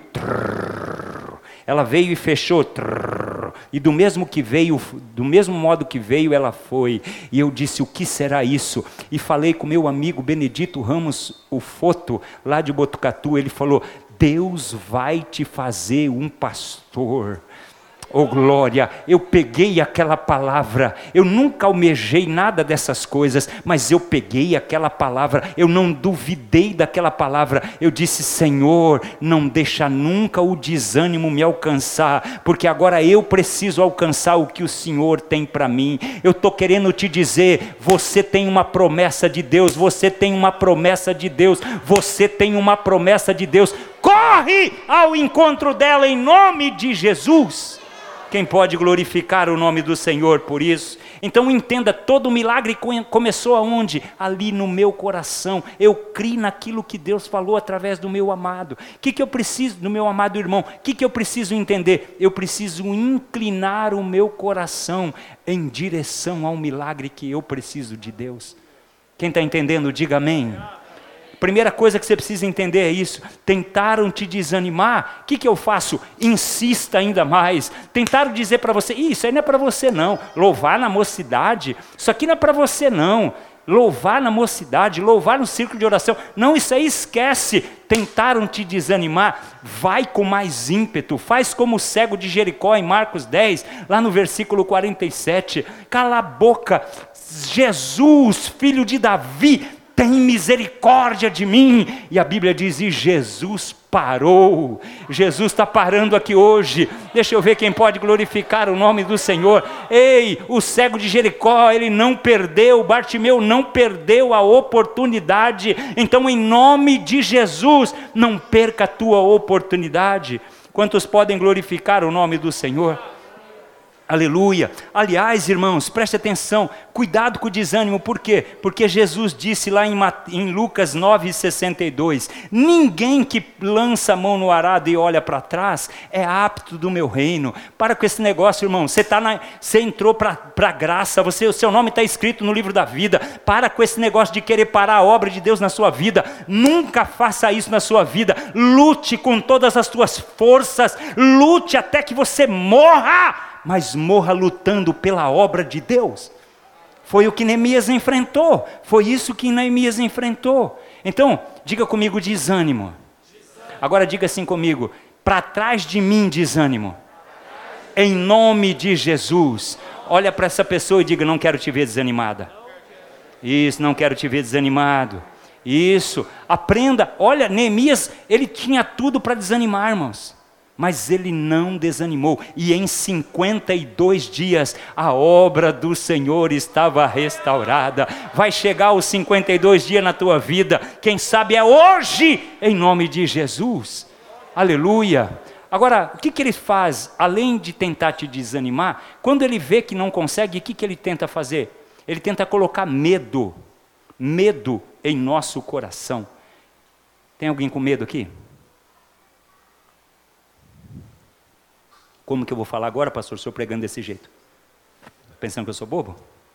ela veio e fechou, e do mesmo modo que veio, ela foi. E eu disse: o que será isso? E falei com meu amigo Benedito Ramos, o Foto, lá de Botucatu. Ele falou: Deus vai te fazer um pastor. Oh glória, eu peguei aquela palavra, eu nunca almejei nada dessas coisas, mas eu peguei aquela palavra, eu não duvidei daquela palavra, eu disse: Senhor, não deixa nunca o desânimo me alcançar, porque agora eu preciso alcançar o que o Senhor tem para mim. Eu estou querendo te dizer, você tem uma promessa de Deus, você tem uma promessa de Deus, você tem uma promessa de Deus, corre ao encontro dela em nome de Jesus. Quem pode glorificar o nome do Senhor por isso? Então entenda, todo milagre começou aonde? Ali no meu coração. Eu criei naquilo que Deus falou através do meu amado. O que eu preciso, do meu amado irmão? O que eu preciso entender? Eu preciso inclinar o meu coração em direção ao milagre que eu preciso de Deus. Quem está entendendo, diga amém. Primeira coisa que você precisa entender é isso. Tentaram te desanimar, o que eu faço? Insista ainda mais. Tentaram dizer para você: isso aí não é para você não. Louvar na mocidade, isso aqui não é para você não. Louvar na mocidade, louvar no círculo de oração, não, isso aí esquece. Tentaram te desanimar, vai com mais ímpeto, faz como o cego de Jericó em Marcos 10, lá no versículo 47, cala a boca, Jesus, filho de Davi, tem misericórdia de mim. E a Bíblia diz, e Jesus parou. Jesus está parando aqui hoje. Deixa eu ver quem pode glorificar o nome do Senhor. Ei, o cego de Jericó, ele não perdeu, Bartimeu não perdeu a oportunidade. Então, em nome de Jesus, não perca a tua oportunidade. Quantos podem glorificar o nome do Senhor? Aleluia. Aliás, irmãos, preste atenção, cuidado com o desânimo. Por quê? Porque Jesus disse lá em Lucas 9,62, ninguém que lança a mão no arado e olha para trás é apto do meu reino. Para com esse negócio, irmão. Você entrou para a graça, o seu nome está escrito no livro da vida. Para com esse negócio de querer parar a obra de Deus na sua vida. Nunca faça isso na sua vida. Lute com todas as suas forças, lute até que você morra, mas morra lutando pela obra de Deus. Foi o que Neemias enfrentou. Foi isso que Neemias enfrentou. Então, diga comigo desânimo. Agora diga assim comigo, para trás de mim desânimo. Em nome de Jesus. Olha para essa pessoa e diga, não quero te ver desanimada. Isso, não quero te ver desanimado. Isso, aprenda. Olha, Neemias, ele tinha tudo para desanimar, irmãos. Mas ele não desanimou, e em 52 dias a obra do Senhor estava restaurada. Vai chegar os 52 dias na tua vida, quem sabe é hoje, em nome de Jesus, aleluia. Agora, o que ele faz, além de tentar te desanimar, quando ele vê que não consegue, o que ele tenta fazer? Ele tenta colocar medo em nosso coração. Tem alguém com medo aqui? Como que eu vou falar agora, pastor, se eu pregando desse jeito? Pensando que eu sou bobo?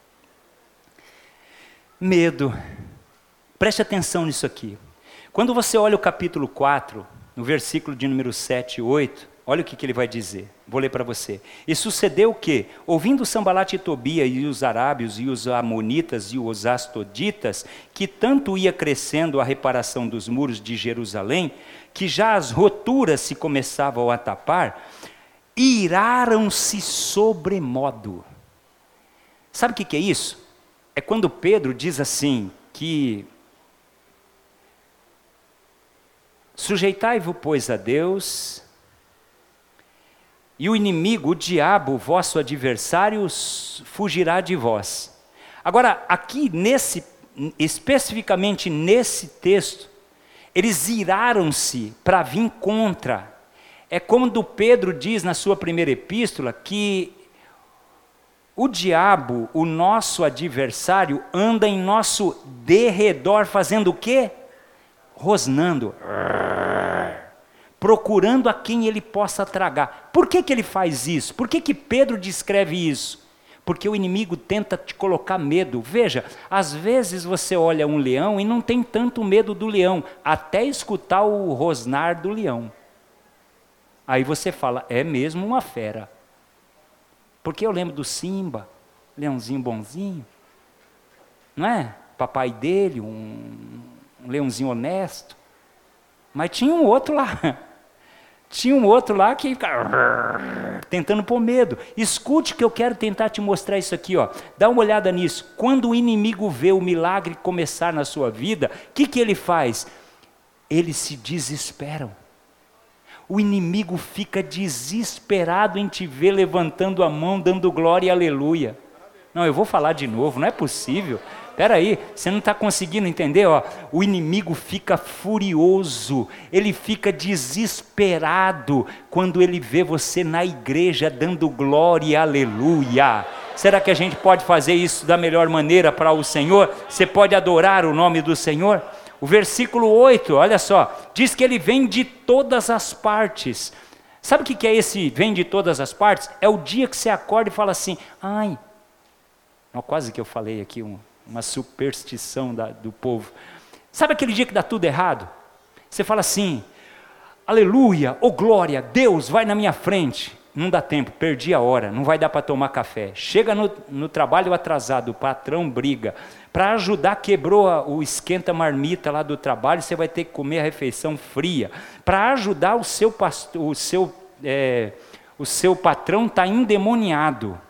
Medo. Preste atenção nisso aqui. Quando você olha o capítulo 4, no versículo de número 7 e 8, olha o que ele vai dizer. Vou ler para você. E sucedeu que, ouvindo Sambalat e Tobia e os arábios e os amonitas e os astoditas, que tanto ia crescendo a reparação dos muros de Jerusalém, que já as roturas se começavam a tapar, iraram-se sobremodo. Sabe o que é isso? É quando Pedro diz assim, que sujeitai-vos, pois, a Deus, e o inimigo, o diabo, vosso adversário, fugirá de vós. Agora, aqui, especificamente nesse texto, eles iraram-se para vir contra. É como Pedro diz na sua primeira epístola, que o diabo, o nosso adversário, anda em nosso derredor fazendo o quê? Rosnando, procurando a quem ele possa tragar. Por que ele faz isso? Por que Pedro descreve isso? Porque o inimigo tenta te colocar medo. Veja, às vezes você olha um leão e não tem tanto medo do leão, até escutar o rosnar do leão. Aí você fala, é mesmo uma fera. Porque eu lembro do Simba, leãozinho bonzinho, não é? Papai dele, um leãozinho honesto. Mas tinha um outro lá. Tinha um outro lá que ficava tentando pôr medo. Escute que eu quero tentar te mostrar isso aqui, ó. Dá uma olhada nisso. Quando o inimigo vê o milagre começar na sua vida, o que ele faz? Eles se desesperam. O inimigo fica desesperado em te ver levantando a mão, dando glória e aleluia. Não, eu vou falar de novo, não é possível. Espera aí, você não está conseguindo entender? Ó, o inimigo fica furioso, ele fica desesperado quando ele vê você na igreja dando glória e aleluia. Será que a gente pode fazer isso da melhor maneira para o Senhor? Você pode adorar o nome do Senhor? O versículo 8, olha só, diz que ele vem de todas as partes. Sabe o que é esse vem de todas as partes? É o dia que você acorda e fala assim, ai, não, quase que eu falei aqui uma superstição do povo. Sabe aquele dia que dá tudo errado? Você fala assim, aleluia, oh glória, Deus vai na minha frente. Não dá tempo, perdi a hora, não vai dar para tomar café. Chega no trabalho atrasado, o patrão briga. Para ajudar, quebrou o esquenta-marmita lá do trabalho, você vai ter que comer a refeição fria. Para ajudar, o seu patrão está endemoniado.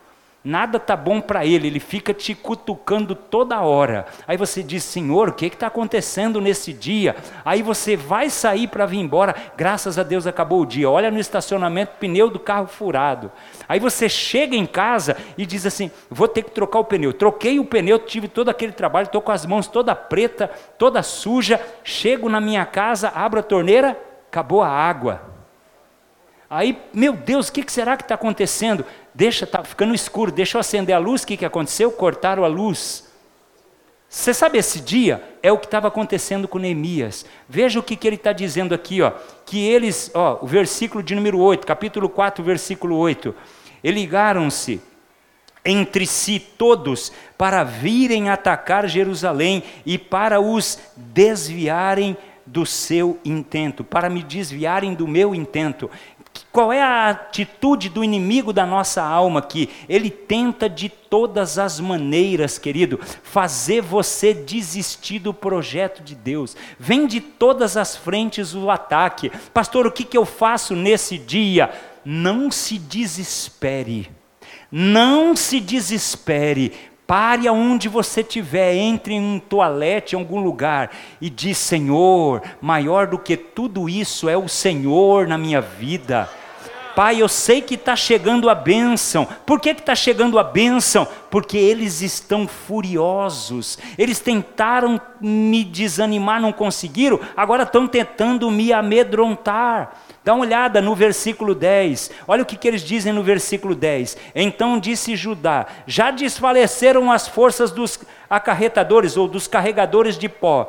nada está bom para ele fica te cutucando toda hora. Aí você diz: Senhor, o que está acontecendo nesse dia? Aí você vai sair para vir embora, graças a Deus acabou o dia, olha no estacionamento, pneu do carro furado. Aí você chega em casa e diz assim: vou ter que trocar o pneu. Troquei o pneu, tive todo aquele trabalho, estou com as mãos toda preta, toda suja, chego na minha casa, abro a torneira, acabou a água. Aí, meu Deus, o que será que está acontecendo? Está ficando escuro, deixa eu acender a luz. O que aconteceu? Cortaram a luz. Você sabe, esse dia é o que estava acontecendo com Neemias. Veja o que ele está dizendo aqui, que eles, o versículo de número 8, capítulo 4, versículo 8, e ligaram-se entre si todos para virem atacar Jerusalém e para os desviarem do seu intento, para me desviarem do meu intento. Qual é a atitude do inimigo da nossa alma aqui? Ele tenta de todas as maneiras, querido, fazer você desistir do projeto de Deus. Vem de todas as frentes o ataque. Pastor, o que eu faço nesse dia? Não se desespere. Não se desespere. Pare aonde você estiver, entre em um toalete, em algum lugar, e diz: Senhor, maior do que tudo isso é o Senhor na minha vida. Pai, eu sei que está chegando a bênção. Por que está chegando a bênção? Porque eles estão furiosos. Eles tentaram me desanimar, não conseguiram, agora estão tentando me amedrontar. Dá uma olhada no versículo 10, olha o que eles dizem no versículo 10. Então disse Judá: já desfaleceram as forças dos acarretadores ou dos carregadores de pó,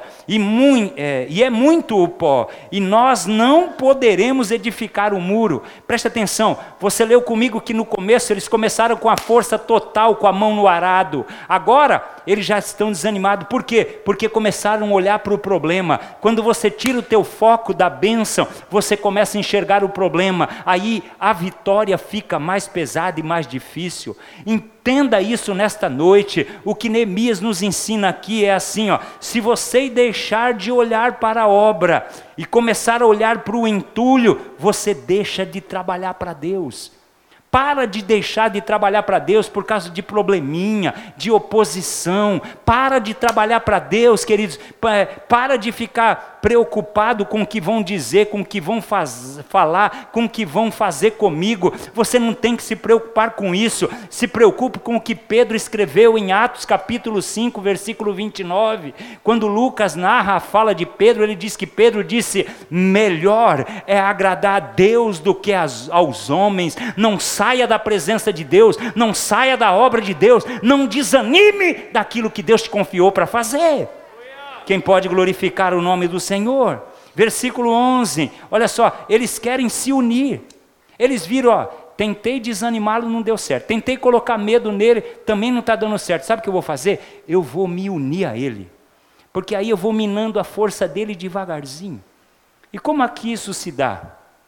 e é muito o pó, e nós não poderemos edificar o muro. Presta atenção, você leu comigo que no começo eles começaram com a força total, com a mão no arado. Agora eles já estão desanimados. Por quê? Porque começaram a olhar para o problema. Quando você tira o teu foco da bênção, você começa a enxergar o problema, aí a vitória fica mais pesada e mais difícil. Entenda isso nesta noite. O que Neemias nos ensina aqui é assim, se você deixar de olhar para a obra e começar a olhar para o entulho, você deixa de trabalhar para Deus. Para de deixar de trabalhar para Deus por causa de probleminha, de oposição. Para de trabalhar para Deus, queridos. Para de ficar preocupado com o que vão dizer, com o que vão falar, com o que vão fazer comigo. Você não tem que se preocupar com isso. Se preocupe com o que Pedro escreveu em Atos capítulo 5, versículo 29. Quando Lucas narra a fala de Pedro, ele diz que Pedro disse: melhor é agradar a Deus do que aos homens. Não saia da presença de Deus, não saia da obra de Deus, não desanime daquilo que Deus te confiou para fazer. Quem pode glorificar o nome do Senhor? Versículo 11, olha só, eles querem se unir. Eles viram, tentei desanimá-lo, não deu certo. Tentei colocar medo nele, também não está dando certo. Sabe o que eu vou fazer? Eu vou me unir a ele, porque aí eu vou minando a força dele devagarzinho. E como aqui isso se dá?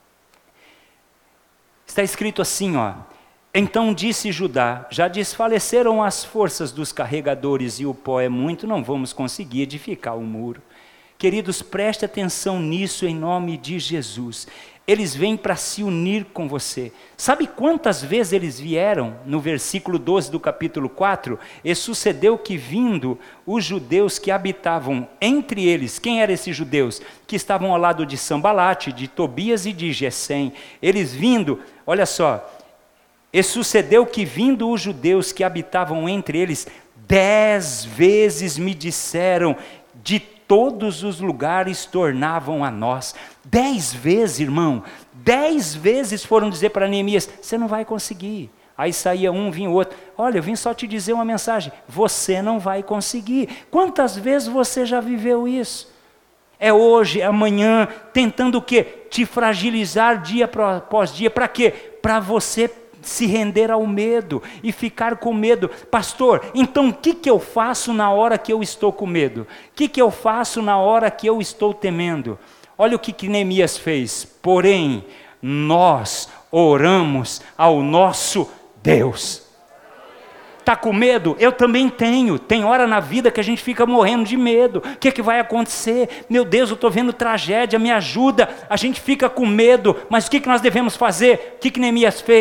Está escrito assim, então disse Judá: já desfaleceram as forças dos carregadores e o pó é muito, não vamos conseguir edificar o muro. Queridos, preste atenção nisso em nome de Jesus. Eles vêm para se unir com você. Sabe quantas vezes eles vieram? No versículo 12 do capítulo 4, e sucedeu que vindo os judeus que habitavam entre eles, quem eram esses judeus? Que estavam ao lado de Sambalate, de Tobias e de Gesem. Eles vindo, olha só, e sucedeu que vindo os judeus que habitavam entre eles, 10 vezes me disseram: de todos os lugares tornavam a nós. 10 vezes, irmão, 10 vezes foram dizer para Neemias: você não vai conseguir. Aí saía um, vinha o outro: olha, eu vim só te dizer uma mensagem, você não vai conseguir. Quantas vezes você já viveu isso? É hoje, é amanhã, tentando o quê? Te fragilizar dia após dia. Para quê? Para você se render ao medo e ficar com medo. Pastor, então o que eu faço na hora que eu estou com medo? O que eu faço na hora que eu estou temendo? Olha o que Neemias fez. Porém, nós oramos ao nosso Deus. Está com medo? Eu também tenho. Tem hora na vida que a gente fica morrendo de medo. O que vai acontecer? Meu Deus, eu estou vendo tragédia, me ajuda. A gente fica com medo, mas o que nós devemos fazer? O que Neemias fez?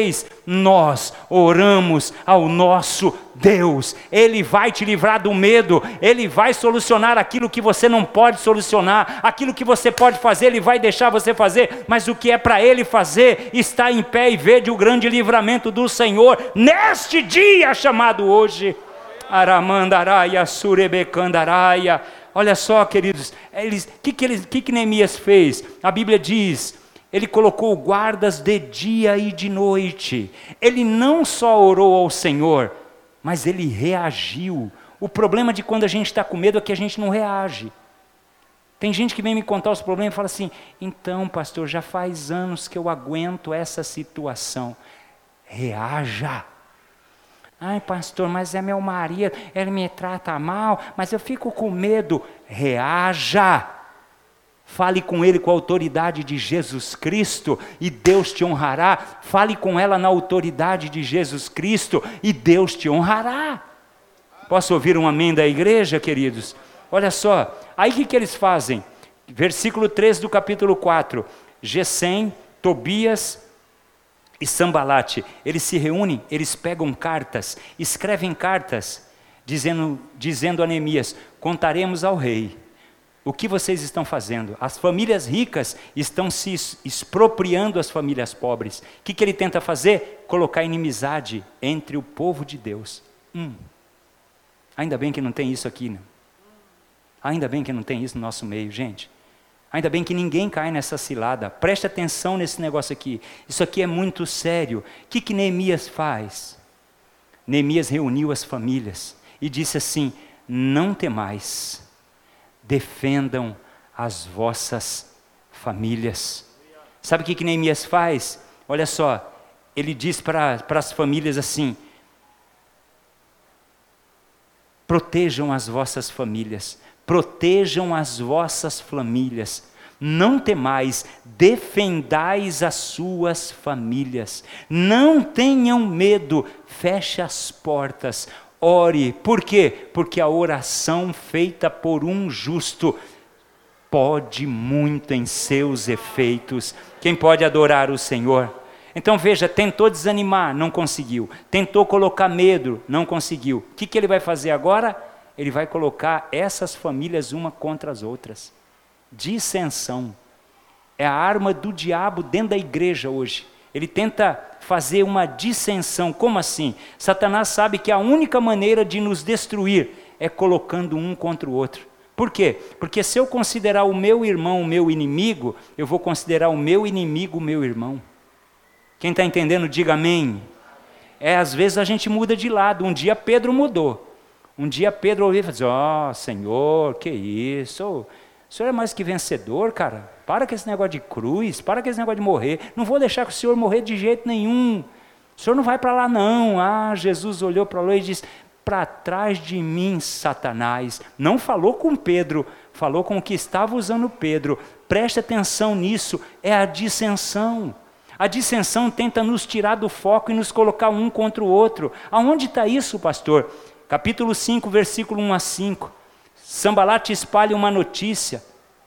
nós oramos ao nosso Deus. Ele vai te livrar do medo, Ele vai solucionar aquilo que você não pode solucionar, aquilo que você pode fazer, Ele vai deixar você fazer, mas o que é para Ele fazer, está em pé e vede o grande livramento do Senhor, neste dia chamado hoje. Aramandaraia, surebecandaraia. Olha só, queridos, que Neemias fez? A Bíblia diz, ele colocou guardas de dia e de noite. Ele não só orou ao Senhor, mas ele reagiu. O problema de quando a gente está com medo é que a gente não reage. Tem gente que vem me contar os problemas e fala assim, então pastor, já faz anos que eu aguento essa situação. Reaja. Ai pastor, mas é meu marido, ele me trata mal, mas eu fico com medo. Reaja. Fale com ele com a autoridade de Jesus Cristo e Deus te honrará. Fale com ela na autoridade de Jesus Cristo e Deus te honrará. Posso ouvir um amém da igreja, queridos? Olha só, aí o que eles fazem? Versículo 3 do capítulo 4. Gesem, Tobias e Sambalate, eles se reúnem, eles pegam cartas, escrevem cartas, dizendo a Neemias, contaremos ao rei o que vocês estão fazendo. As famílias ricas estão se expropriando as famílias pobres. O que ele tenta fazer? Colocar inimizade entre o povo de Deus. Ainda bem que não tem isso aqui, né? Ainda bem que não tem isso no nosso meio, gente. Ainda bem que ninguém cai nessa cilada. Preste atenção nesse negócio aqui. Isso aqui é muito sério. O que Neemias faz? Neemias reuniu as famílias e disse assim, não temais, defendam as vossas famílias. Sabe o que Neemias faz? Olha só, ele diz para as famílias assim, protejam as vossas famílias, protejam as vossas famílias, não temais, defendais as suas famílias, não tenham medo, feche as portas, ore. Por quê? Porque a oração feita por um justo pode muito em seus efeitos. Quem pode adorar o Senhor? Então veja, tentou desanimar, não conseguiu. Tentou colocar medo, não conseguiu. O que ele vai fazer agora? Ele vai colocar essas famílias uma contra as outras. Dissensão. É a arma do diabo dentro da igreja hoje. Ele tenta fazer uma dissensão. Como assim? Satanás sabe que a única maneira de nos destruir é colocando um contra o outro. Por quê? Porque se eu considerar o meu irmão o meu inimigo, eu vou considerar o meu inimigo o meu irmão. Quem está entendendo, diga amém. Às vezes a gente muda de lado. Um dia Pedro mudou. Um dia Pedro ouviu e falou assim, Senhor, que isso? O Senhor é mais que vencedor, cara. Para com esse negócio de cruz, para com esse negócio de morrer. Não vou deixar que o Senhor morrer de jeito nenhum. O Senhor não vai para lá não. Jesus olhou para lá e disse, para trás de mim, Satanás. Não falou com Pedro, falou com o que estava usando Pedro. Preste atenção nisso, é a dissensão. A dissensão tenta nos tirar do foco e nos colocar um contra o outro. Aonde está isso, pastor? Capítulo 5, versículo 1 a 5. Sambalate espalha uma notícia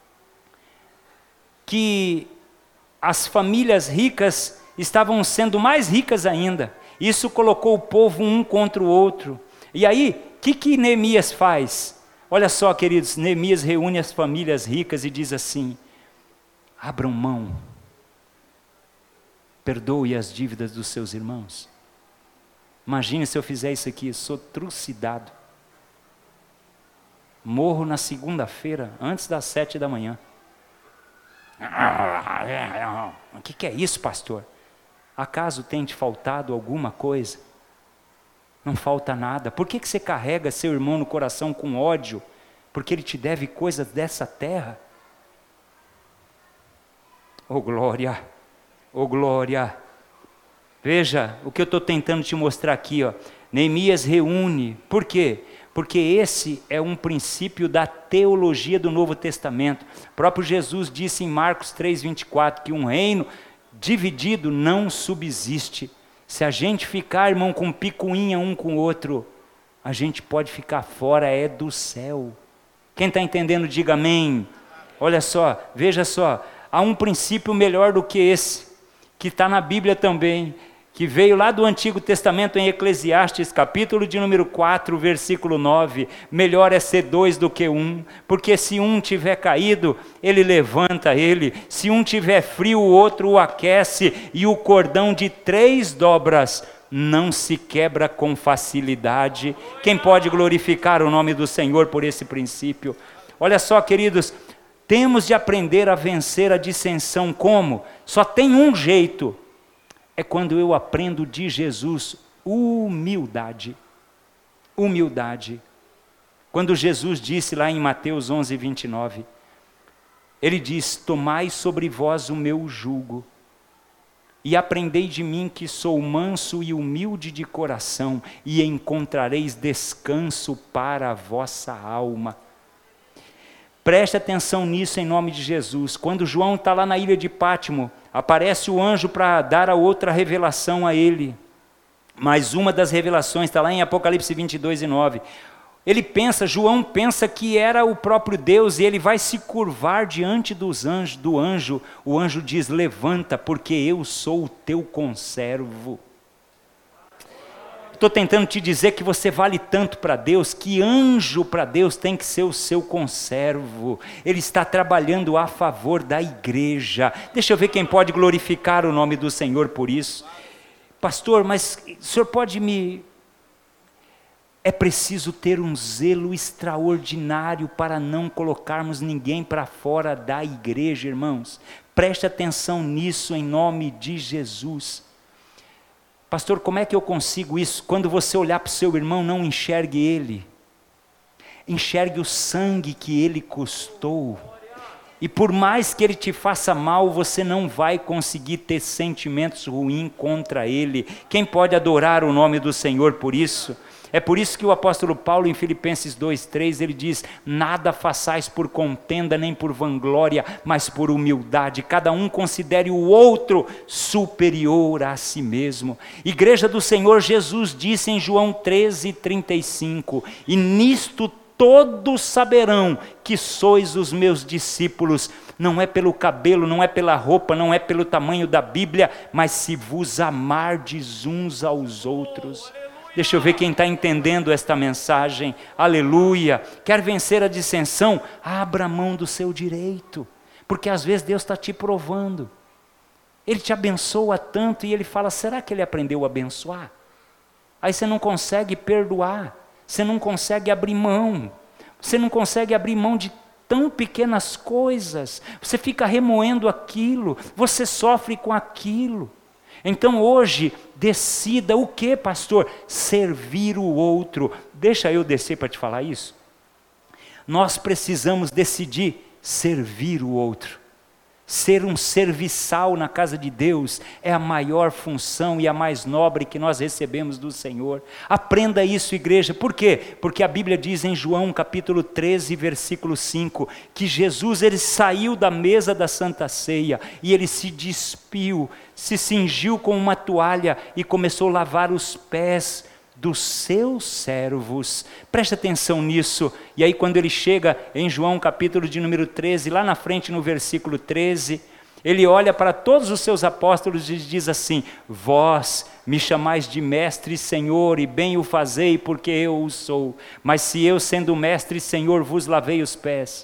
que as famílias ricas estavam sendo mais ricas ainda. Isso colocou o povo um contra o outro. E aí, o que Neemias faz? Olha só, queridos, Neemias reúne as famílias ricas e diz assim, abram mão, perdoe as dívidas dos seus irmãos. Imagine se eu fizer isso aqui, eu sou trucidado. Morro na segunda-feira, antes das 7 da manhã. O que é isso, pastor? Acaso tem te faltado alguma coisa? Não falta nada. Por que você carrega seu irmão no coração com ódio? Porque ele te deve coisas dessa terra? Oh glória, oh glória. Veja o que eu estou tentando te mostrar aqui. Neemias reúne. Por quê? Porque esse é um princípio da teologia do Novo Testamento. O próprio Jesus disse em Marcos 3,24 que um reino dividido não subsiste. Se a gente ficar, irmão, com picuinha um com o outro, a gente pode ficar fora do céu. Quem está entendendo, diga amém. Olha só, veja só, há um princípio melhor do que esse, que está na Bíblia também. que veio lá do Antigo Testamento em Eclesiastes, capítulo de número 4, versículo 9, melhor é ser 2 do que 1, porque se um tiver caído, ele levanta ele, se um tiver frio, o outro o aquece, e o cordão de 3 dobras não se quebra com facilidade. Quem pode glorificar o nome do Senhor por esse princípio? Olha só, queridos, temos de aprender a vencer a dissensão. Como? Só tem um jeito. É quando eu aprendo de Jesus humildade. Humildade. Quando Jesus disse lá em Mateus 11, 29, ele diz: tomai sobre vós o meu jugo, e aprendei de mim, que sou manso e humilde de coração, e encontrareis descanso para a vossa alma. Preste atenção nisso em nome de Jesus. Quando João está lá na ilha de Pátimo, aparece o anjo para dar a outra revelação a ele. Mas uma das revelações está lá em Apocalipse 22 e 9. João pensa que era o próprio Deus, e ele vai se curvar diante do anjo. O anjo diz: levanta, porque eu sou o teu conservo. Estou tentando te dizer que você vale tanto para Deus, que anjo para Deus tem que ser o seu conservo. Ele está trabalhando a favor da igreja. Deixa eu ver quem pode glorificar o nome do Senhor por isso. Pastor, mas o senhor pode me... É preciso ter um zelo extraordinário para não colocarmos ninguém para fora da igreja, irmãos. Preste atenção nisso em nome de Jesus. Pastor, como é que eu consigo isso? Quando você olhar para o seu irmão, não enxergue ele. Enxergue o sangue que ele custou. E por mais que ele te faça mal, você não vai conseguir ter sentimentos ruins contra ele. Quem pode adorar o nome do Senhor por isso? É por isso que o apóstolo Paulo, em Filipenses 2:3, ele diz: nada façais por contenda nem por vanglória, mas por humildade. Cada um considere o outro superior a si mesmo. Igreja do Senhor, Jesus disse em João 13:35, e nisto todos saberão que sois os meus discípulos. Não é pelo cabelo, não é pela roupa, não é pelo tamanho da Bíblia, mas se vos amardes uns aos outros. Deixa eu ver quem está entendendo esta mensagem. Aleluia. Quer vencer a dissensão? Abra mão do seu direito. Porque às vezes Deus está te provando. Ele te abençoa tanto e ele fala: será que ele aprendeu a abençoar? Aí você não consegue perdoar. Você não consegue abrir mão. Você não consegue abrir mão de tão pequenas coisas. Você fica remoendo aquilo. Você sofre com aquilo. Então hoje, decida o que, pastor? Servir o outro. Deixa eu descer para te falar isso. Nós precisamos decidir servir o outro. Ser um serviçal na casa de Deus é a maior função e a mais nobre que nós recebemos do Senhor. Aprenda isso, igreja. Por quê? Porque a Bíblia diz em João capítulo 13, versículo 5, que Jesus, ele saiu da mesa da Santa Ceia e ele se despiu, se cingiu com uma toalha e começou a lavar os pés dos seus servos. Preste atenção nisso. E aí quando ele chega em João capítulo de número 13, lá na frente no versículo 13, ele olha para todos os seus apóstolos e diz assim: vós me chamais de mestre e senhor, e bem o fazei, porque eu o sou. Mas se eu, sendo mestre e senhor, vos lavei os pés,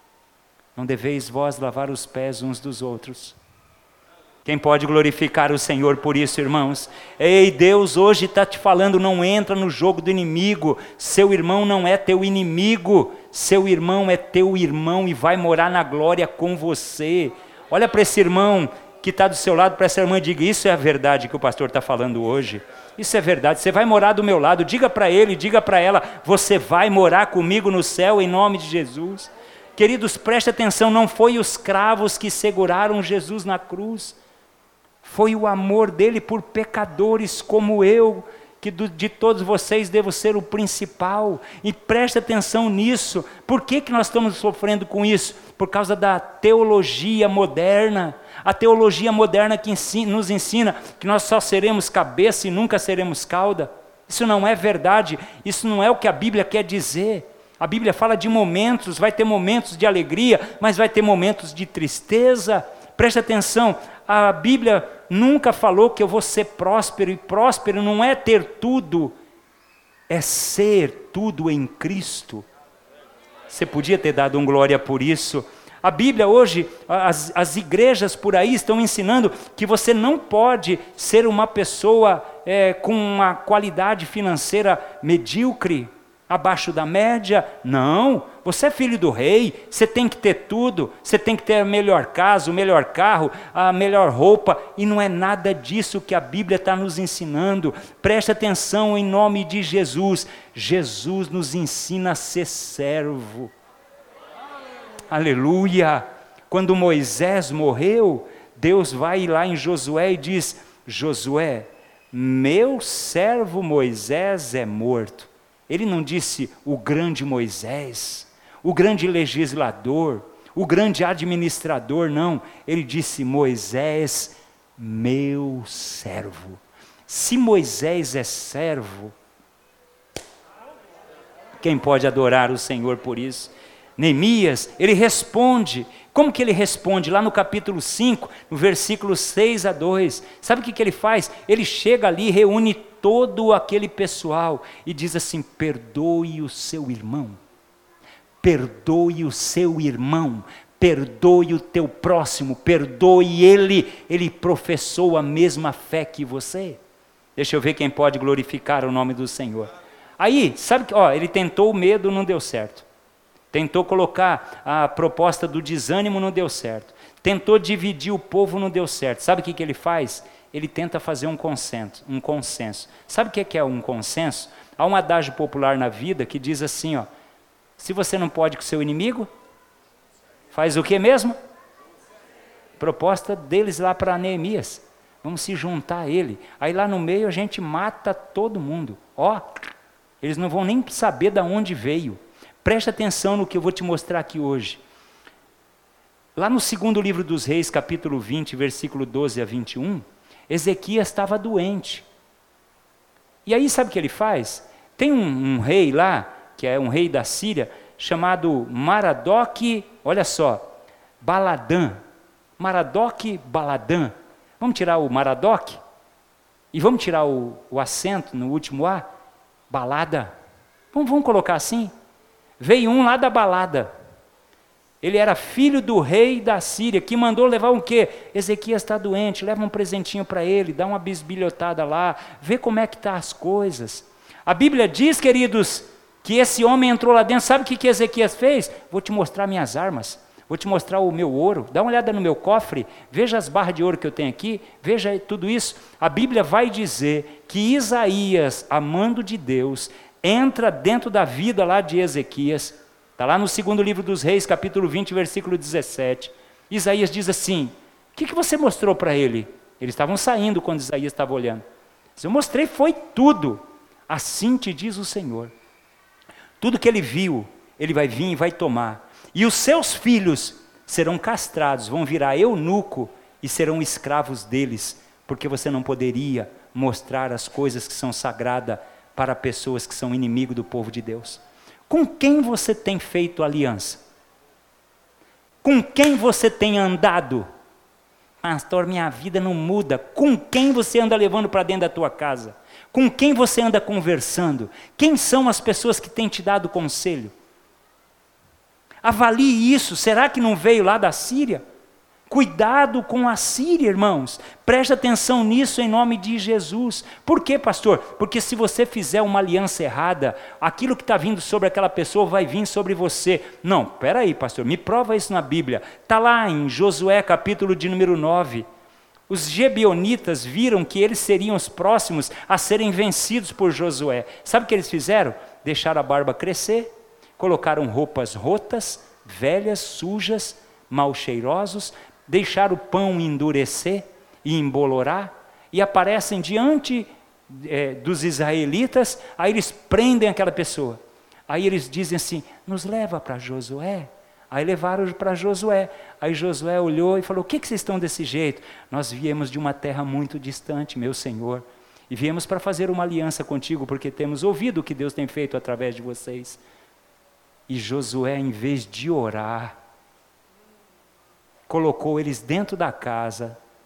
não deveis vós lavar os pés uns dos outros? Quem pode glorificar o Senhor por isso, irmãos? Ei, Deus hoje está te falando: não entra no jogo do inimigo. Seu irmão não é teu inimigo. Seu irmão é teu irmão e vai morar na glória com você. Olha para esse irmão que está do seu lado, para essa irmã, e diga: isso é a verdade que o pastor está falando hoje. Isso é verdade, você vai morar do meu lado. Diga para ele, diga para ela: você vai morar comigo no céu em nome de Jesus. Queridos, preste atenção, não foi os cravos que seguraram Jesus na cruz. Foi o amor dele por pecadores como eu, que de todos vocês devo ser o principal. E preste atenção nisso. Por que nós estamos sofrendo com isso? Por causa da teologia moderna. A teologia moderna que nos ensina que nós só seremos cabeça e nunca seremos cauda. Isso não é verdade. Isso não é o que a Bíblia quer dizer. A Bíblia fala de momentos, vai ter momentos de alegria, mas vai ter momentos de tristeza. Preste atenção. A Bíblia nunca falou que eu vou ser próspero, e próspero não é ter tudo, é ser tudo em Cristo. Você podia ter dado um glória por isso. A Bíblia hoje, as igrejas por aí estão ensinando que você não pode ser uma pessoa com uma qualidade financeira medíocre, abaixo da média. Não, você é filho do rei, você tem que ter tudo, você tem que ter a melhor casa, o melhor carro, a melhor roupa, e não é nada disso que a Bíblia está nos ensinando. Preste atenção em nome de Jesus. Jesus nos ensina a ser servo. Aleluia! Quando Moisés morreu, Deus vai lá em Josué e diz: Josué, meu servo Moisés é morto. Ele não disse o grande Moisés, o grande legislador, o grande administrador, não. Ele disse: Moisés, meu servo. Se Moisés é servo, quem pode adorar o Senhor por isso? Neemias, ele responde. Como que ele responde? Lá no capítulo 5, no versículo 6 a 2. Sabe o que ele faz? Ele chega ali, reúne todo aquele pessoal e diz assim: perdoe o seu irmão. Perdoe o seu irmão. Perdoe o teu próximo. Perdoe ele. Ele professou a mesma fé que você. Deixa eu ver quem pode glorificar o nome do Senhor. Aí, sabe que ele tentou o medo, não deu certo. Tentou colocar a proposta do desânimo, não deu certo. Tentou dividir o povo, não deu certo. Sabe o que ele faz? Ele tenta fazer um consenso. Sabe o que é um consenso? Há um adágio popular na vida que diz assim, se você não pode com o seu inimigo, faz o que mesmo? Proposta deles lá para Neemias. Vamos se juntar a ele. Aí lá no meio a gente mata todo mundo. Eles não vão nem saber de onde veio. Preste atenção no que eu vou te mostrar aqui hoje. Lá no segundo livro dos Reis, capítulo 20, versículo 12 a 21, Ezequias estava doente. E aí sabe o que ele faz? Tem um rei lá, que é um rei da Síria, chamado Maradoc, olha só, Baladã. Maradoc Baladã. Vamos tirar o Maradoc? E vamos tirar o acento no último A? Balada. Vamos colocar assim? Veio um lá da balada. Ele era filho do rei da Síria, que mandou levar o quê? Ezequias está doente, leva um presentinho para ele, dá uma bisbilhotada lá, vê como é que estão as coisas. A Bíblia diz, queridos, que esse homem entrou lá dentro. Sabe o que Ezequias fez? Vou te mostrar minhas armas, vou te mostrar o meu ouro, dá uma olhada no meu cofre, veja as barras de ouro que eu tenho aqui, veja tudo isso. A Bíblia vai dizer que Isaías, amando de Deus, entra dentro da vida lá de Ezequias. Está lá no segundo livro dos Reis, capítulo 20, versículo 17. Isaías diz assim: o que você mostrou para ele? Eles estavam saindo quando Isaías estava olhando. Eu mostrei, foi tudo. Assim te diz o Senhor. Tudo que ele viu, ele vai vir e vai tomar. E os seus filhos serão castrados, vão virar eunuco e serão escravos deles, porque você não poderia mostrar as coisas que são sagradas para pessoas que são inimigo do povo de Deus. Com quem você tem feito aliança? Com quem você tem andado? Pastor, minha vida não muda. Com quem você anda levando para dentro da tua casa? Com quem você anda conversando? Quem são as pessoas que têm te dado conselho? Avalie isso. Será que não veio lá da Síria? Cuidado com a Síria, irmãos. Preste atenção nisso em nome de Jesus. Por quê, pastor? Porque se você fizer uma aliança errada, aquilo que está vindo sobre aquela pessoa vai vir sobre você. Não, peraí, pastor, me prova isso na Bíblia. Está lá em Josué, capítulo de número 9. Os Gebionitas viram que eles seriam os próximos a serem vencidos por Josué. Sabe o que eles fizeram? Deixaram a barba crescer, colocaram roupas rotas, velhas, sujas, mal cheirosos, deixar o pão endurecer e embolorar, e aparecem diante dos israelitas. Aí eles prendem aquela pessoa, aí eles dizem assim: nos leva para Josué. Aí levaram para Josué. Aí Josué olhou e falou: o que vocês estão desse jeito? Nós viemos de uma terra muito distante, meu Senhor, e viemos para fazer uma aliança contigo, porque temos ouvido o que Deus tem feito através de vocês. E Josué, em vez de orar, colocou eles dentro da casa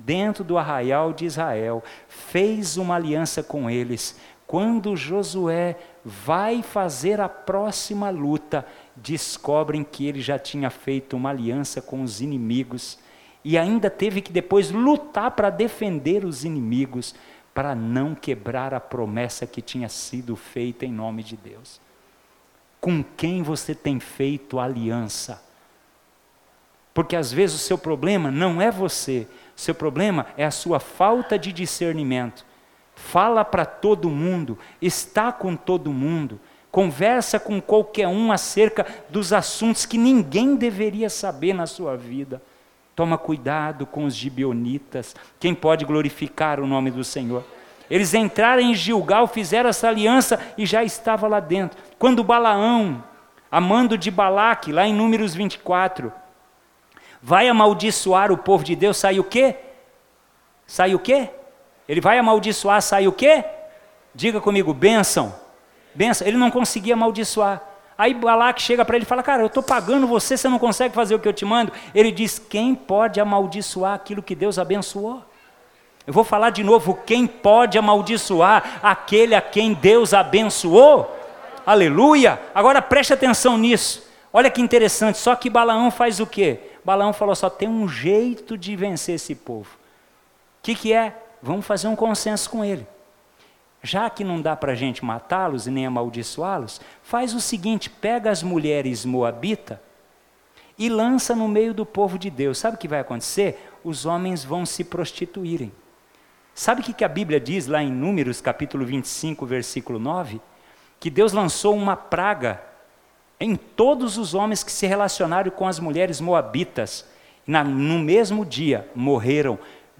dentro do arraial de Israel, fez uma aliança com eles. Quando Josué vai fazer a próxima luta, descobrem que ele já tinha feito uma aliança com os inimigos e ainda teve que depois lutar para defender os inimigos, para não quebrar a promessa que tinha sido feita em nome de Deus. Com quem você tem feito aliança? Porque às vezes o seu problema não é você, o seu problema é a sua falta de discernimento. Fala para todo mundo, está com todo mundo, conversa com qualquer um acerca dos assuntos que ninguém deveria saber na sua vida. Toma cuidado com os gibeonitas. Quem pode glorificar o nome do Senhor? Eles entraram em Gilgal, fizeram essa aliança e já estava lá dentro. Quando Balaão, a mando de Balaque, lá em Números 24, vai amaldiçoar o povo de Deus, sai o quê? Sai o quê? Ele vai amaldiçoar, sai o quê? Diga comigo, bênção. Bênção. Ele não conseguia amaldiçoar. Aí Balaque chega para ele e fala, cara, eu estou pagando você, você não consegue fazer o que eu te mando? Ele diz, quem pode amaldiçoar aquilo que Deus abençoou? Eu vou falar de novo, quem pode amaldiçoar aquele a quem Deus abençoou? Aleluia! Agora preste atenção nisso. Olha que interessante, só que Balaão faz o quê? Balaão falou, só tem um jeito de vencer esse povo. O que é? Vamos fazer um consenso com ele. Já que não dá para a gente matá-los e nem amaldiçoá-los, faz o seguinte, pega as mulheres moabitas e lança no meio do povo de Deus. Sabe o que vai acontecer? Os homens vão se prostituírem. Sabe o que a Bíblia diz lá em Números, capítulo 25, versículo 9? Que Deus lançou uma praga em todos os homens que se relacionaram com as mulheres moabitas. No mesmo dia, morreram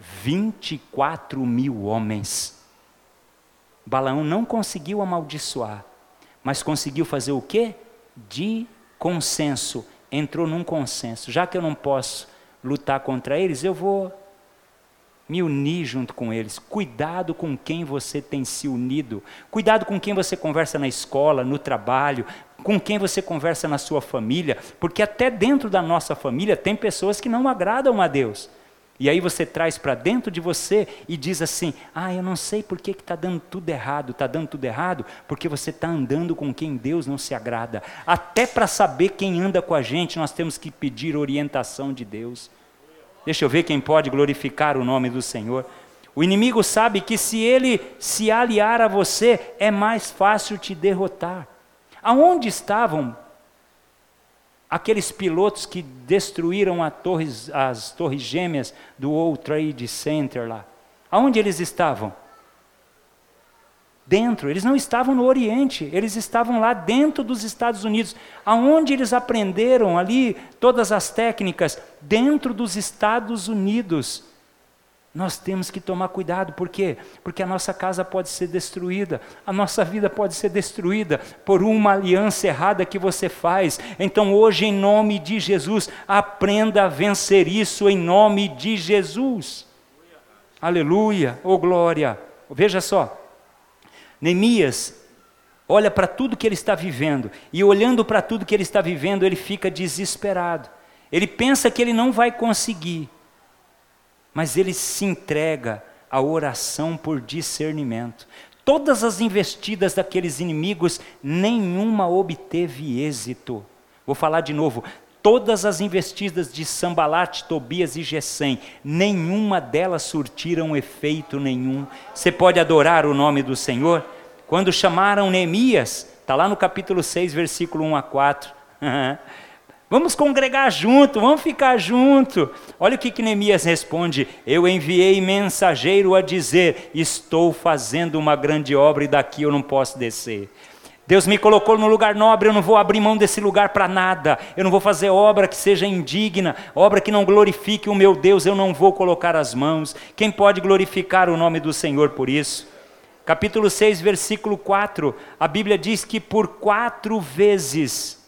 24 mil homens. Balaão não conseguiu amaldiçoar, mas conseguiu fazer o quê? De consenso. Entrou num consenso. Já que eu não posso lutar contra eles, eu vou me unir junto com eles. Cuidado com quem você tem se unido. Cuidado com quem você conversa na escola, no trabalho, com quem você conversa na sua família, porque até dentro da nossa família tem pessoas que não agradam a Deus. E aí você traz para dentro de você e diz assim, eu não sei por que está dando tudo errado. Está dando tudo errado porque você está andando com quem Deus não se agrada. Até para saber quem anda com a gente, nós temos que pedir orientação de Deus. Deixa eu ver quem pode glorificar o nome do Senhor. O inimigo sabe que se ele se aliar a você, é mais fácil te derrotar. Aonde estavam aqueles pilotos que destruíram as torres gêmeas do World Trade Center lá? Aonde eles estavam? Dentro, eles não estavam no Oriente, eles estavam lá dentro dos Estados Unidos. Aonde eles aprenderam ali todas as técnicas? Dentro dos Estados Unidos. Nós temos que tomar cuidado, por quê? Porque a nossa casa pode ser destruída, a nossa vida pode ser destruída por uma aliança errada que você faz. Então hoje, em nome de Jesus, aprenda a vencer isso em nome de Jesus. Aleluia, oh glória. Veja só, Neemias olha para tudo que ele está vivendo, e olhando para tudo que ele está vivendo, ele fica desesperado. Ele pensa que ele não vai conseguir. Mas ele se entrega à oração por discernimento. Todas as investidas daqueles inimigos, nenhuma obteve êxito. Vou falar de novo. Todas as investidas de Sambalate, Tobias e Gesem, nenhuma delas surtiram efeito nenhum. Você pode adorar o nome do Senhor? Quando chamaram Neemias, está lá no capítulo 6, versículo 1 a 4. Vamos congregar junto, vamos ficar junto. Olha o que Neemias responde. Eu enviei mensageiro a dizer, estou fazendo uma grande obra e daqui eu não posso descer. Deus me colocou no lugar nobre, eu não vou abrir mão desse lugar para nada. Eu não vou fazer obra que seja indigna, obra que não glorifique o meu Deus, eu não vou colocar as mãos. Quem pode glorificar o nome do Senhor por isso? Capítulo 6, versículo 4, a Bíblia diz que por 4 vezes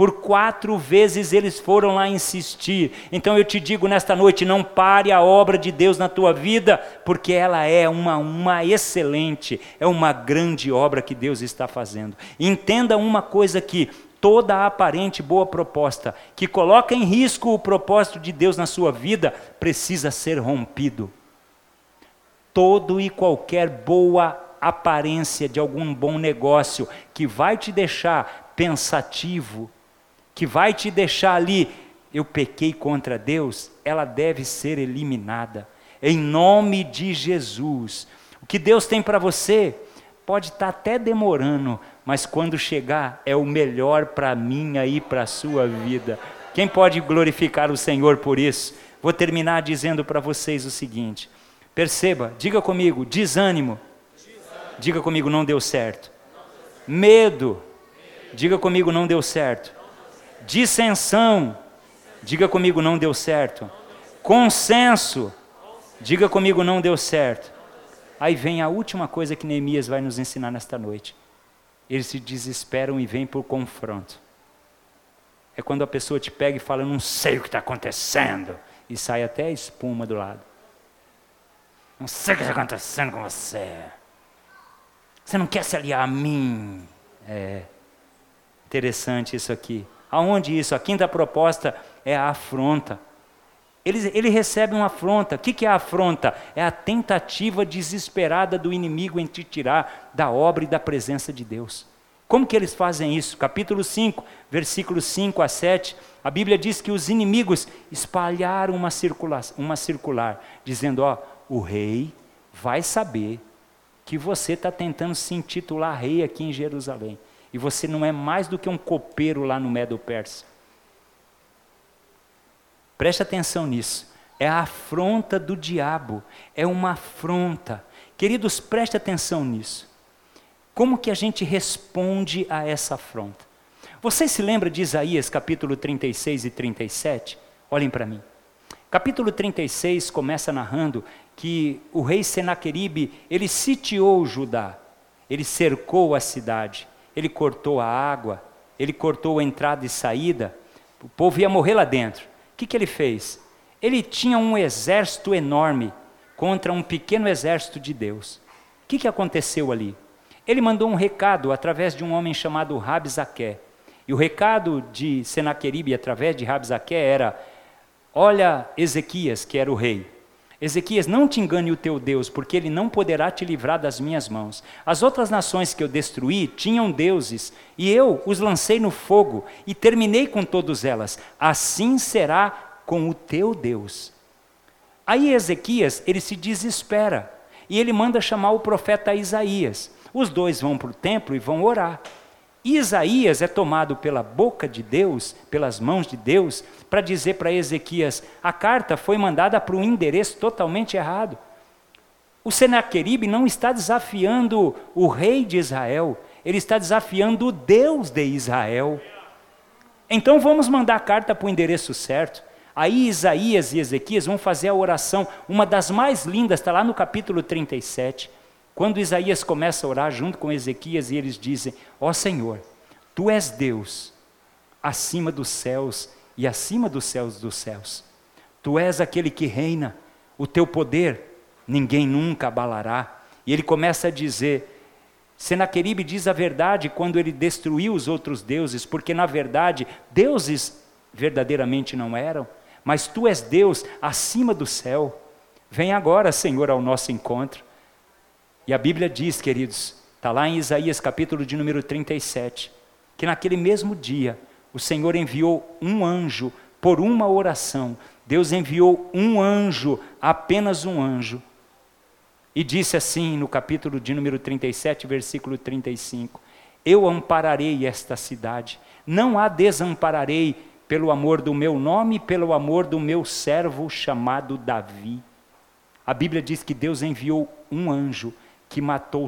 eles foram lá insistir. Então eu te digo nesta noite, não pare a obra de Deus na tua vida, porque ela é uma excelente, é uma grande obra que Deus está fazendo. Entenda uma coisa aqui, toda a aparente boa proposta que coloca em risco o propósito de Deus na sua vida, precisa ser rompido. todo e qualquer boa aparência de algum bom negócio que vai te deixar pensativo, que vai te deixar ali, eu pequei contra Deus, ela deve ser eliminada. Em nome de Jesus. O que Deus tem para você pode estar até demorando, mas quando chegar é o melhor para mim e para a sua vida. Quem pode glorificar o Senhor por isso? Vou terminar dizendo para vocês o seguinte. Perceba, diga comigo, desânimo. Diga comigo, não deu certo. Medo. Diga comigo, não deu certo. Dissensão. Diga comigo, não deu certo. Consenso. Diga comigo, não deu certo. Aí vem a última coisa que Neemias vai nos ensinar nesta noite. Eles se desesperam e vêm por confronto. É quando a pessoa te pega e fala, não sei o que está acontecendo. E sai até a espuma do lado. Não sei o que está acontecendo com você. Você não quer se aliar a mim. É interessante isso aqui. Aonde isso? A quinta proposta é a afronta. Ele recebe uma afronta. O que é a afronta? É a tentativa desesperada do inimigo em te tirar da obra e da presença de Deus. Como que eles fazem isso? Capítulo 5, versículos 5 a 7, a Bíblia diz que os inimigos espalharam uma circular dizendo, o rei vai saber que você está tentando se intitular rei aqui em Jerusalém. E você não é mais do que um copeiro lá no Medo-Persa. Preste atenção nisso. É a afronta do diabo. É uma afronta. Queridos, preste atenção nisso. Como que a gente responde a essa afronta? Vocês se lembram de Isaías capítulo 36 e 37? Olhem para mim. Capítulo 36 começa narrando que o rei Senaqueribe, ele sitiou Judá. Ele cercou a cidade. Ele cortou a água. Ele cortou a entrada e saída. O povo ia morrer lá dentro. O que ele fez? Ele tinha um exército enorme contra um pequeno exército de Deus. O que aconteceu ali? Ele mandou um recado através de um homem chamado Rabzaqué. E o recado de Senaqueribe através de Rabzaqué era, olha Ezequias, que era o rei. Ezequias, não te engane o teu Deus, porque ele não poderá te livrar das minhas mãos. As outras nações que eu destruí tinham deuses, e eu os lancei no fogo, e terminei com todas elas. Assim será com o teu Deus. Aí Ezequias, ele se desespera, e ele manda chamar o profeta Isaías. Os dois vão para o templo e vão orar. Isaías é tomado pela boca de Deus, pelas mãos de Deus, para dizer para Ezequias, a carta foi mandada para um endereço totalmente errado. O Senaqueribe não está desafiando o rei de Israel, ele está desafiando o Deus de Israel. Então vamos mandar a carta para o endereço certo. Aí Isaías e Ezequias vão fazer a oração, uma das mais lindas, está lá no capítulo 37. Quando Isaías começa a orar junto com Ezequias e eles dizem, ó Senhor, Tu és Deus, acima dos céus e acima dos céus. Tu és aquele que reina, o Teu poder ninguém nunca abalará. E ele começa a dizer, Senaqueribe diz a verdade quando ele destruiu os outros deuses, porque na verdade deuses verdadeiramente não eram, mas Tu és Deus acima do céu. Vem agora, Senhor, ao nosso encontro. E a Bíblia diz, queridos, está lá em Isaías capítulo de número 37, que naquele mesmo dia, o Senhor enviou um anjo por uma oração. Deus enviou um anjo, apenas um anjo. E disse assim no capítulo de número 37, versículo 35, eu ampararei esta cidade, não a desampararei pelo amor do meu nome, pelo amor do meu servo chamado Davi. A Bíblia diz que Deus enviou um anjo, que matou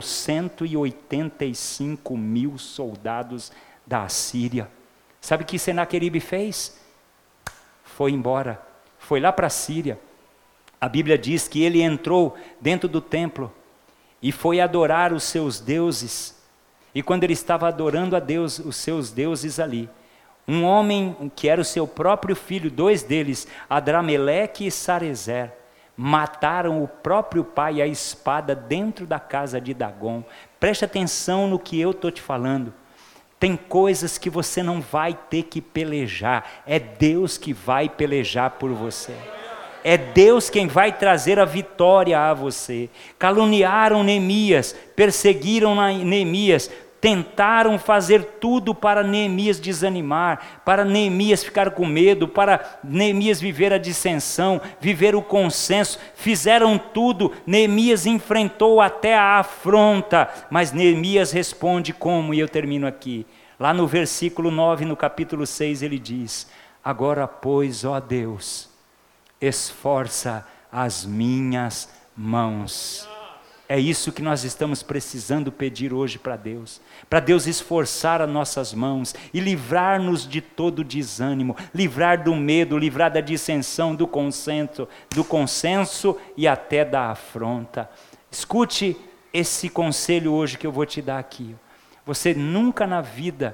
185 mil soldados da Assíria. Sabe o que Senaqueribe fez? Foi embora, foi lá para a Síria. A Bíblia diz que ele entrou dentro do templo e foi adorar os seus deuses. E quando ele estava adorando a Deus, os seus deuses ali, um homem que era o seu próprio filho, dois deles, Adrameleque e Sarezer, mataram o próprio pai à espada dentro da casa de Dagom. Preste atenção no que eu estou te falando. Tem coisas que você não vai ter que pelejar. É Deus que vai pelejar por você. É Deus quem vai trazer a vitória a você. Caluniaram Neemias, perseguiram Neemias, tentaram fazer tudo para Neemias desanimar, para Neemias ficar com medo, para Neemias viver a dissensão, viver o consenso. Fizeram tudo, Neemias enfrentou até a afronta, mas Neemias responde como? E eu termino aqui. Lá no versículo 9, no capítulo 6, ele diz: agora, pois, ó Deus, esforça as minhas mãos. É isso que nós estamos precisando pedir hoje para Deus esforçar as nossas mãos e livrar-nos de todo desânimo, livrar do medo, livrar da dissensão, do consenso e até da afronta. Escute esse conselho hoje que eu vou te dar aqui. Você nunca na vida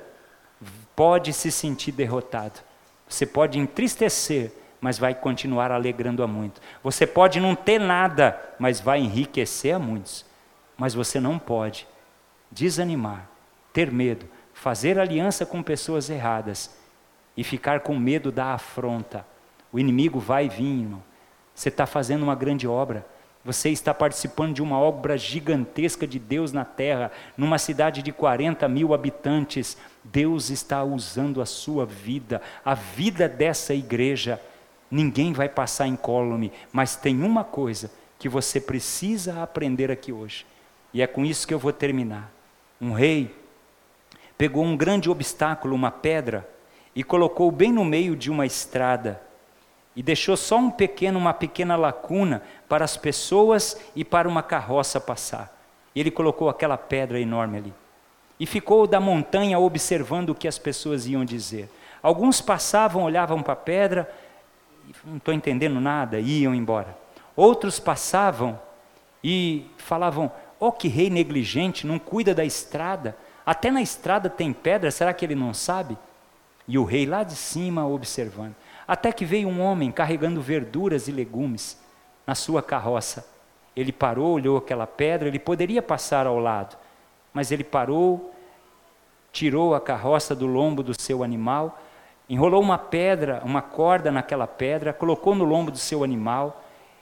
pode se sentir derrotado. Você pode entristecer, mas vai continuar alegrando a muito. Você pode não ter nada, mas vai enriquecer a muitos. Mas você não pode desanimar, ter medo, fazer aliança com pessoas erradas e ficar com medo da afronta. O inimigo vai vir, irmão. Você está fazendo uma grande obra. Você está participando de uma obra gigantesca de Deus na terra, numa cidade de 40 mil habitantes. Deus está usando a sua vida, a vida dessa igreja. Ninguém vai passar incólume, mas tem uma coisa que você precisa aprender aqui hoje. E é com isso que eu vou terminar. Um rei pegou um grande obstáculo, uma pedra, e colocou bem no meio de uma estrada. E deixou só uma pequena lacuna para as pessoas e para uma carroça passar. E ele colocou aquela pedra enorme ali. E ficou da montanha observando o que as pessoas iam dizer. Alguns passavam, olhavam para a pedra, não estou entendendo nada, e iam embora. Outros passavam e falavam: oh, que rei negligente, não cuida da estrada, até na estrada tem pedra, será que ele não sabe? E o rei lá de cima observando. Até que veio um homem carregando verduras e legumes na sua carroça. Ele parou, olhou aquela pedra, ele poderia passar ao lado, mas ele parou, tirou a carroça do lombo do seu animal, enrolou uma pedra, uma corda naquela pedra, colocou no lombo do seu animal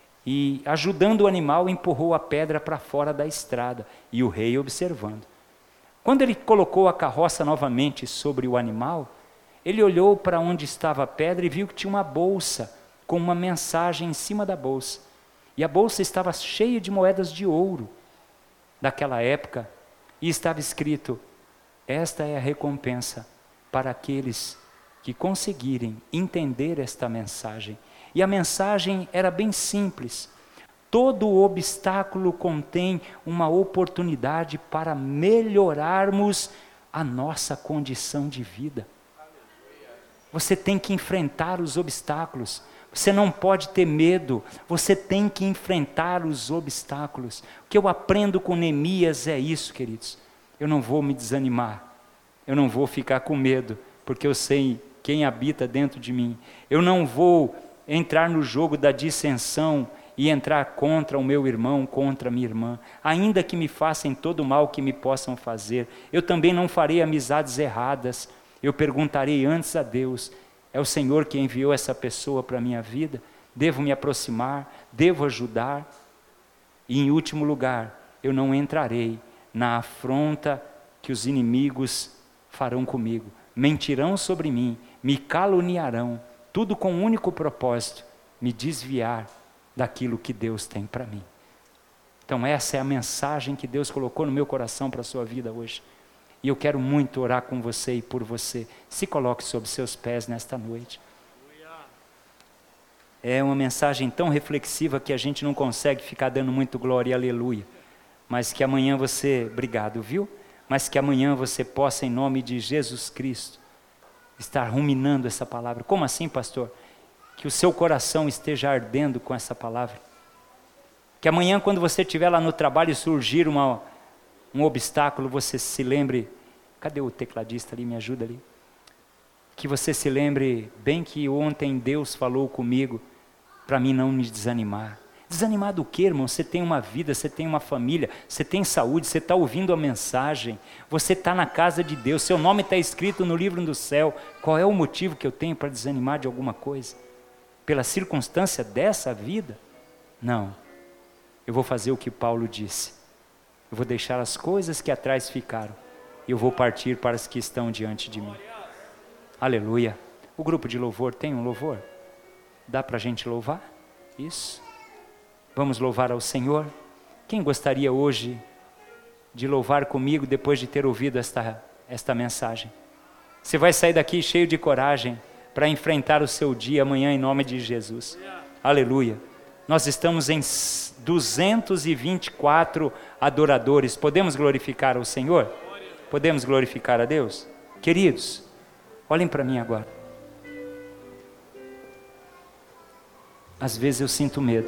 e, ajudando o animal, empurrou a pedra para fora da estrada. E o rei observando. Quando ele colocou a carroça novamente sobre o animal, ele olhou para onde estava a pedra e viu que tinha uma bolsa com uma mensagem em cima da bolsa. E a bolsa estava cheia de moedas de ouro daquela época. E estava escrito: esta é a recompensa para aqueles que conseguirem entender esta mensagem. E a mensagem era bem simples. Todo obstáculo contém uma oportunidade para melhorarmos a nossa condição de vida. Você tem que enfrentar os obstáculos. Você não pode ter medo. Você tem que enfrentar os obstáculos. O que eu aprendo com Neemias é isso, queridos. Eu não vou me desanimar. Eu não vou ficar com medo, porque eu sei quem habita dentro de mim. Eu não vou entrar no jogo da dissensão e entrar contra o meu irmão, contra a minha irmã. Ainda que me façam todo o mal que me possam fazer, eu também não farei amizades erradas. Eu perguntarei antes a Deus: é o Senhor que enviou essa pessoa para a minha vida? Devo me aproximar? Devo ajudar? E em último lugar, eu não entrarei na afronta que os inimigos farão comigo. Mentirão sobre mim, me caluniarão, tudo com um único propósito: me desviar daquilo que Deus tem para mim. Então essa é a mensagem que Deus colocou no meu coração para a sua vida hoje. E eu quero muito orar com você e por você. Se coloque sob seus pés nesta noite. É uma mensagem tão reflexiva que a gente não consegue ficar dando muito glória e aleluia. Mas que amanhã você, obrigado, viu? Mas que amanhã você possa, em nome de Jesus Cristo, estar ruminando essa palavra. Como assim, pastor? Que o seu coração esteja ardendo com essa palavra. Que amanhã, quando você estiver lá no trabalho e surgir um obstáculo, você se lembre, cadê o tecladista ali, me ajuda ali? Que você se lembre bem que ontem Deus falou comigo, para mim não me desanimar. Desanimar do quê, irmão? Você tem uma vida, você tem uma família, você tem saúde, você está ouvindo a mensagem, você está na casa de Deus, seu nome está escrito no livro do céu. Qual é o motivo que eu tenho para desanimar de alguma coisa? pela circunstância dessa vida. Não, eu vou fazer o que Paulo disse. Eu vou deixar as coisas que atrás ficaram e eu vou partir para as que estão diante de mim. Aleluia. O grupo de louvor tem um louvor? Dá para a gente louvar? Isso. Vamos louvar ao Senhor. Quem gostaria hoje de louvar comigo depois de ter ouvido esta mensagem? Você vai sair daqui cheio de coragem para enfrentar o seu dia amanhã em nome de Jesus. Aleluia. Nós estamos em 224 adoradores. Podemos glorificar ao Senhor? Podemos glorificar a Deus? Queridos, olhem para mim agora. Às vezes eu sinto medo.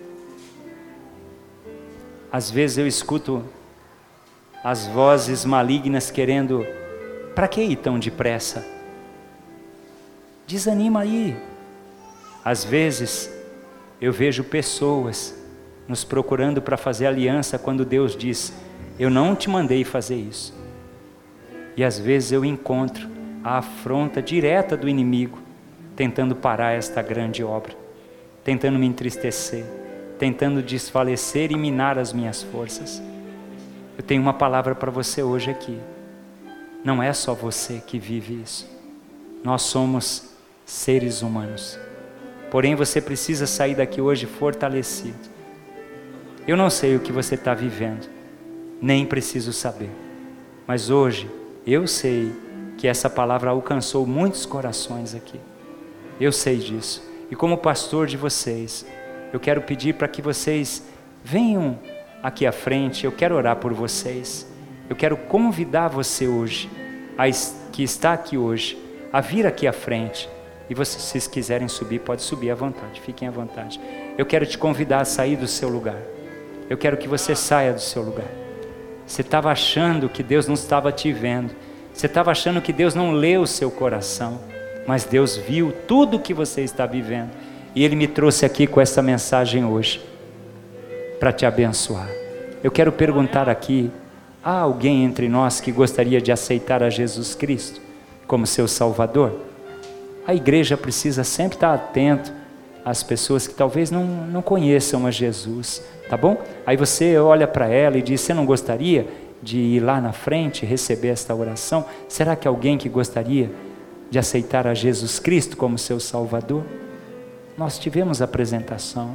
Às vezes eu escuto as vozes malignas querendo: para que ir tão depressa? Desanima aí. Às vezes eu vejo pessoas nos procurando para fazer aliança quando Deus diz: eu não te mandei fazer isso. E às vezes eu encontro a afronta direta do inimigo, tentando parar esta grande obra, tentando me entristecer, tentando desfalecer e minar as minhas forças. Eu tenho uma palavra para você hoje aqui. Não é só você que vive isso. Nós somos seres humanos. Porém, você precisa sair daqui hoje fortalecido. Eu não sei o que você está vivendo, nem preciso saber. Mas hoje, eu sei que essa palavra alcançou muitos corações aqui. Eu sei disso. E como pastor de vocês, eu quero pedir para que vocês venham aqui à frente. Eu quero orar por vocês. Eu quero convidar você hoje, que está aqui hoje, a vir aqui à frente. E se vocês quiserem subir, pode subir à vontade, fiquem à vontade. Eu quero te convidar a sair do seu lugar. Eu quero que você saia do seu lugar. Você estava achando que Deus não estava te vendo. Você estava achando que Deus não leu o seu coração. Mas Deus viu tudo o que você está vivendo. E Ele me trouxe aqui com essa mensagem hoje, para te abençoar. Eu quero perguntar aqui: há alguém entre nós que gostaria de aceitar a Jesus Cristo como seu Salvador? A igreja precisa sempre estar atento às pessoas que talvez não conheçam a Jesus, tá bom? Aí você olha para ela e diz: você não gostaria de ir lá na frente e receber esta oração? Será que alguém que gostaria de aceitar a Jesus Cristo como seu Salvador? Nós tivemos apresentação.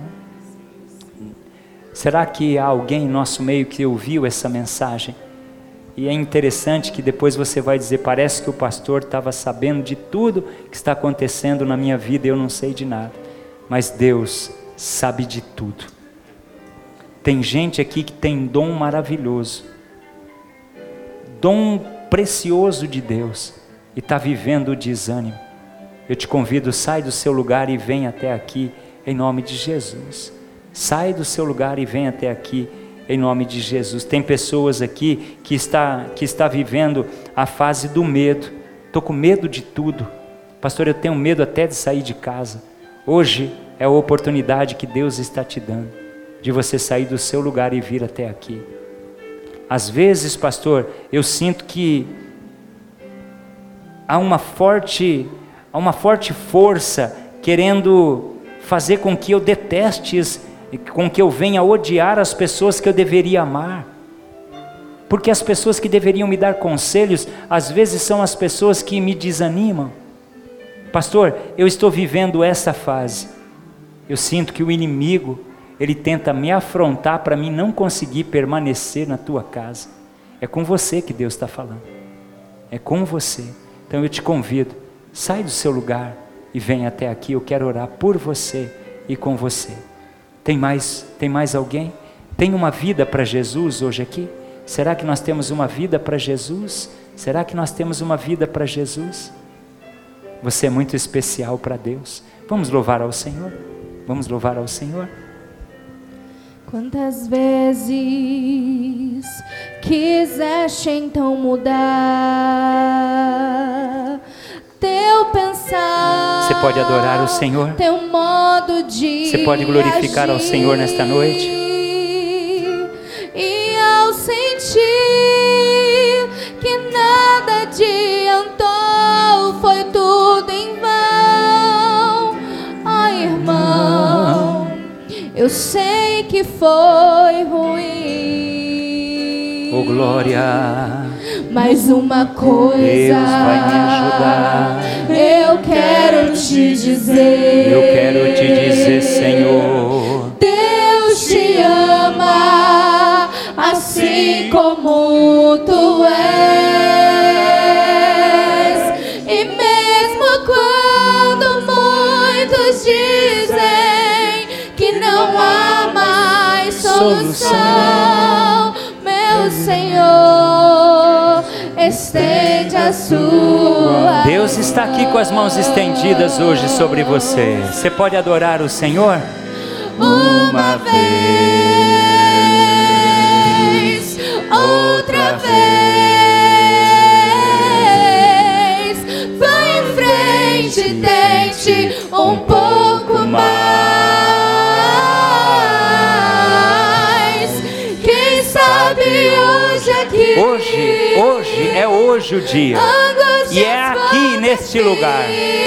Será que há alguém em nosso meio que ouviu essa mensagem? E é interessante que depois você vai dizer: parece que o pastor estava sabendo de tudo que está acontecendo na minha vida e eu não sei de nada. Mas Deus sabe de tudo. Tem gente aqui que tem dom maravilhoso, dom precioso de Deus, e está vivendo o desânimo. Eu te convido: sai do seu lugar e vem até aqui em nome de Jesus. Sai do seu lugar e vem até aqui em nome de Jesus. Tem pessoas aqui que está vivendo a fase do medo. Estou com medo de tudo. Pastor, eu tenho medo até de sair de casa. Hoje é a oportunidade que Deus está te dando, de você sair do seu lugar e vir até aqui. Às vezes, pastor, eu sinto que há uma forte força querendo fazer com que eu deteste, com que eu venha odiar as pessoas que eu deveria amar. Porque as pessoas que deveriam me dar conselhos, às vezes são as pessoas que me desanimam. Pastor, eu estou vivendo essa fase. Eu sinto que o inimigo, ele tenta me afrontar para mim não conseguir permanecer na tua casa. É com você que Deus está falando. É com você. Então eu te convido, sai do seu lugar e vem até aqui. Eu quero orar por você e com você. Tem mais alguém? Tem uma vida para Jesus hoje aqui? Será que nós temos uma vida para Jesus? Será que nós temos uma vida para Jesus? Você é muito especial para Deus. Vamos louvar ao Senhor? Vamos louvar ao Senhor? Quantas vezes quiseste então mudar teu pensar? Você pode adorar o Senhor? Teu modo de Você pode glorificar ao Senhor nesta noite? E ao sentir que nada adiantou, foi tudo em vão, ó irmão, Eu sei que foi ruim. Oh, glória. Mas uma coisa Deus vai me ajudar. eu quero te dizer. Eu quero te dizer, Senhor. Deus te ama assim como tu és. E mesmo quando muitos dizem que não há mais solução, meu Senhor, estende a sua. Deus está aqui com as mãos estendidas hoje sobre você. Você pode adorar o Senhor? Uma vez, outra vez, vai em frente, tente um pouco mais. Quem sabe hoje aqui. Hoje é hoje o dia. E é aqui neste lugar.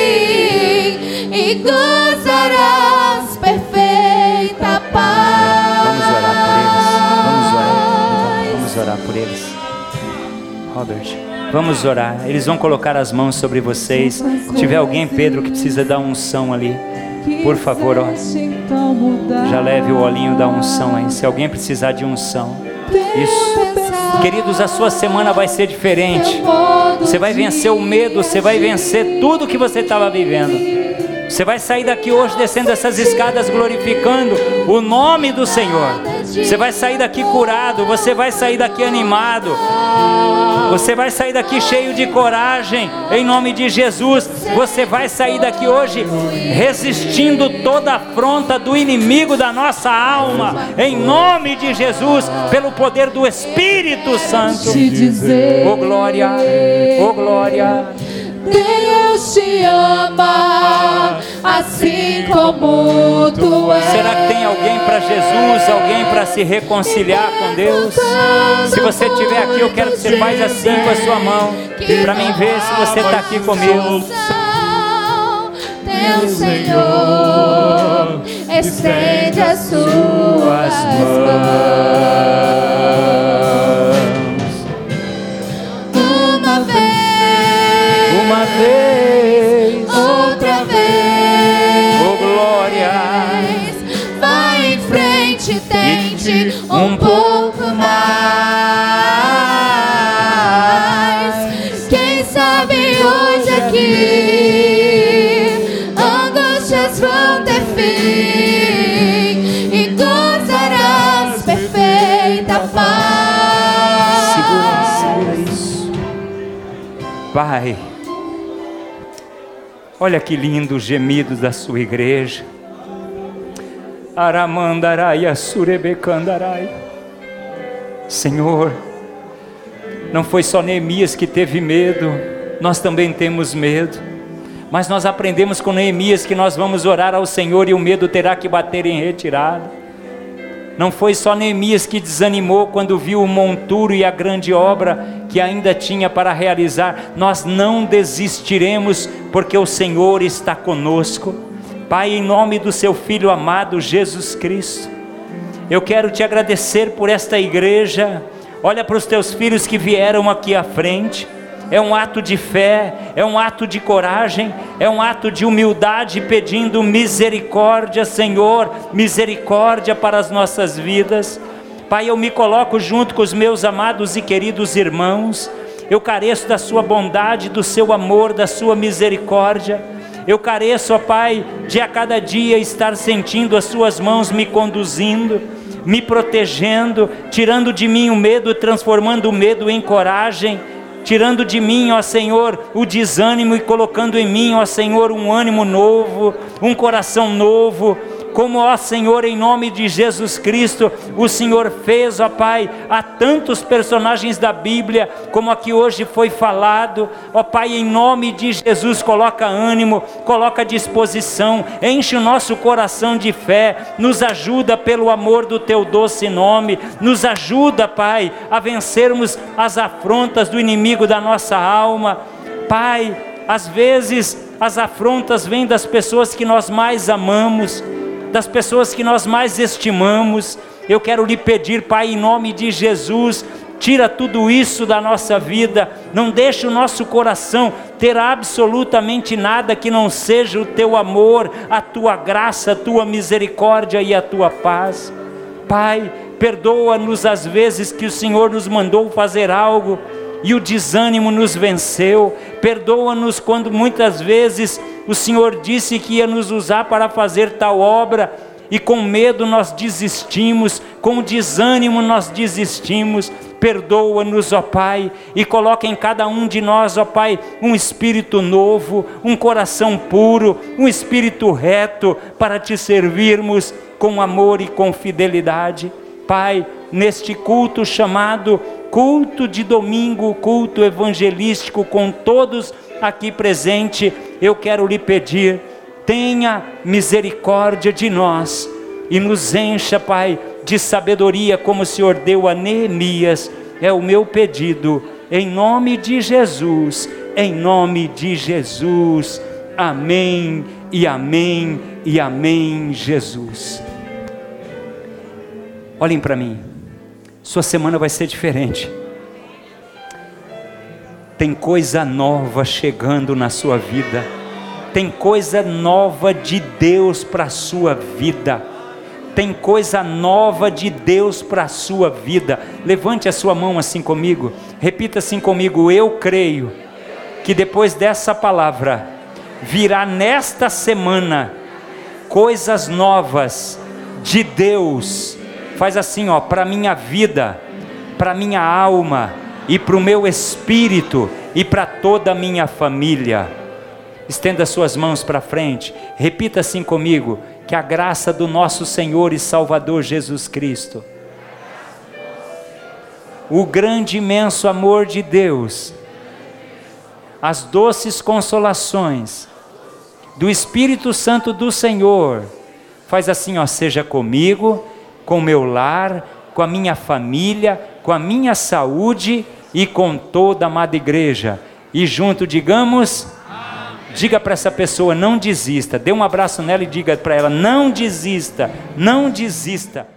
E gozarás perfeita paz. Vamos orar por eles. Vamos orar por eles. Robert, vamos orar. Eles vão colocar as mãos sobre vocês. Se tiver alguém, Pedro, que precisa da unção ali, por favor, ó, já leve o olhinho da unção aí. Se alguém precisar de unção. Isso. Queridos, a sua semana vai ser diferente. Você vai vencer o medo, você vai vencer tudo que você estava vivendo. Você vai sair daqui hoje descendo essas escadas glorificando o nome do Senhor. Você vai sair daqui curado, você vai sair daqui animado. Você vai sair daqui cheio de coragem, em nome de Jesus. Você vai sair daqui hoje resistindo toda a afronta do inimigo da nossa alma, em nome de Jesus, pelo poder do Espírito Santo. Oh glória, oh glória. Deus te ama assim como tu és. Será que tem alguém para Jesus, alguém para se reconciliar com Deus? Se você estiver aqui, eu quero que você faça assim com a sua mão, para mim ver se você está aqui comigo. Teu Senhor estende as suas mãos. Uma vez, outra vez, oh glória, vai em frente, tente um pouco mais. Quem sabe hoje aqui angústias vão ter fim e gozarás perfeita paz. Segura isso. Pai, olha que lindo o gemido da sua igreja. Aramandarai, Surebecandarai. Senhor, não foi só Neemias que teve medo, nós também temos medo. Mas nós aprendemos com Neemias que nós vamos orar ao Senhor e o medo terá que bater em retirada. Não foi só Neemias que desanimou quando viu o monturo e a grande obra que ainda tinha para realizar. Nós não desistiremos, porque o Senhor está conosco. Pai, em nome do seu Filho amado Jesus Cristo, eu quero te agradecer por esta igreja. Olha para os teus filhos que vieram aqui à frente. É um ato de fé, é um ato de coragem, é um ato de humildade, pedindo misericórdia, Senhor, misericórdia para as nossas vidas. Pai, eu me coloco junto com os meus amados e queridos irmãos. Eu careço da sua bondade, do seu amor, da sua misericórdia. Eu careço, ó Pai, de a cada dia estar sentindo as suas mãos me conduzindo, me protegendo, tirando de mim o medo, transformando o medo em coragem, tirando de mim, ó Senhor, o desânimo e colocando em mim, ó Senhor, um ânimo novo, um coração novo. Como, ó Senhor, em nome de Jesus Cristo, o Senhor fez, ó Pai, a tantos personagens da Bíblia, como aqui hoje foi falado. Ó Pai, em nome de Jesus, coloca ânimo, coloca disposição, enche o nosso coração de fé, nos ajuda pelo amor do Teu doce nome, nos ajuda, Pai, a vencermos as afrontas do inimigo da nossa alma. Pai, às vezes as afrontas vêm das pessoas que nós mais amamos. das pessoas que nós mais estimamos. Eu quero lhe pedir, Pai, em nome de Jesus, tira tudo isso da nossa vida, não deixe o nosso coração ter absolutamente nada que não seja o teu amor, a tua graça, a tua misericórdia e a tua paz. Pai, perdoa-nos as vezes que o Senhor nos mandou fazer algo e o desânimo nos venceu. Perdoa-nos quando muitas vezes o Senhor disse que ia nos usar para fazer tal obra e com medo nós desistimos, com desânimo nós desistimos. Perdoa-nos, ó Pai, e coloca em cada um de nós, ó Pai, um espírito novo, um coração puro, um espírito reto, para te servirmos com amor e com fidelidade. Pai, neste culto chamado culto de domingo, culto evangelístico, com todos aqui presentes, eu quero lhe pedir, tenha misericórdia de nós e nos encha, Pai, de sabedoria, como o Senhor deu a Neemias. É o meu pedido, em nome de Jesus, em nome de Jesus. Amém e amém e amém, Jesus. Olhem para mim, sua semana vai ser diferente. Tem coisa nova chegando na sua vida. Tem coisa nova de Deus para a sua vida. Tem coisa nova de Deus para a sua vida. Levante a sua mão assim comigo. Repita assim comigo: eu creio que depois dessa palavra virá nesta semana coisas novas de Deus. Faz assim, ó, para minha vida, para minha alma e para o meu espírito e para toda a minha família. Estenda suas mãos para frente. Repita assim comigo: que a graça do nosso Senhor e Salvador Jesus Cristo, o grande e imenso amor de Deus, as doces consolações do Espírito Santo do Senhor, faz assim, ó, seja comigo, com o meu lar, com a minha família, com a minha saúde e com toda a amada igreja. E junto digamos, diga para essa pessoa: não desista. Dê um abraço nela e diga para ela: não desista, não desista.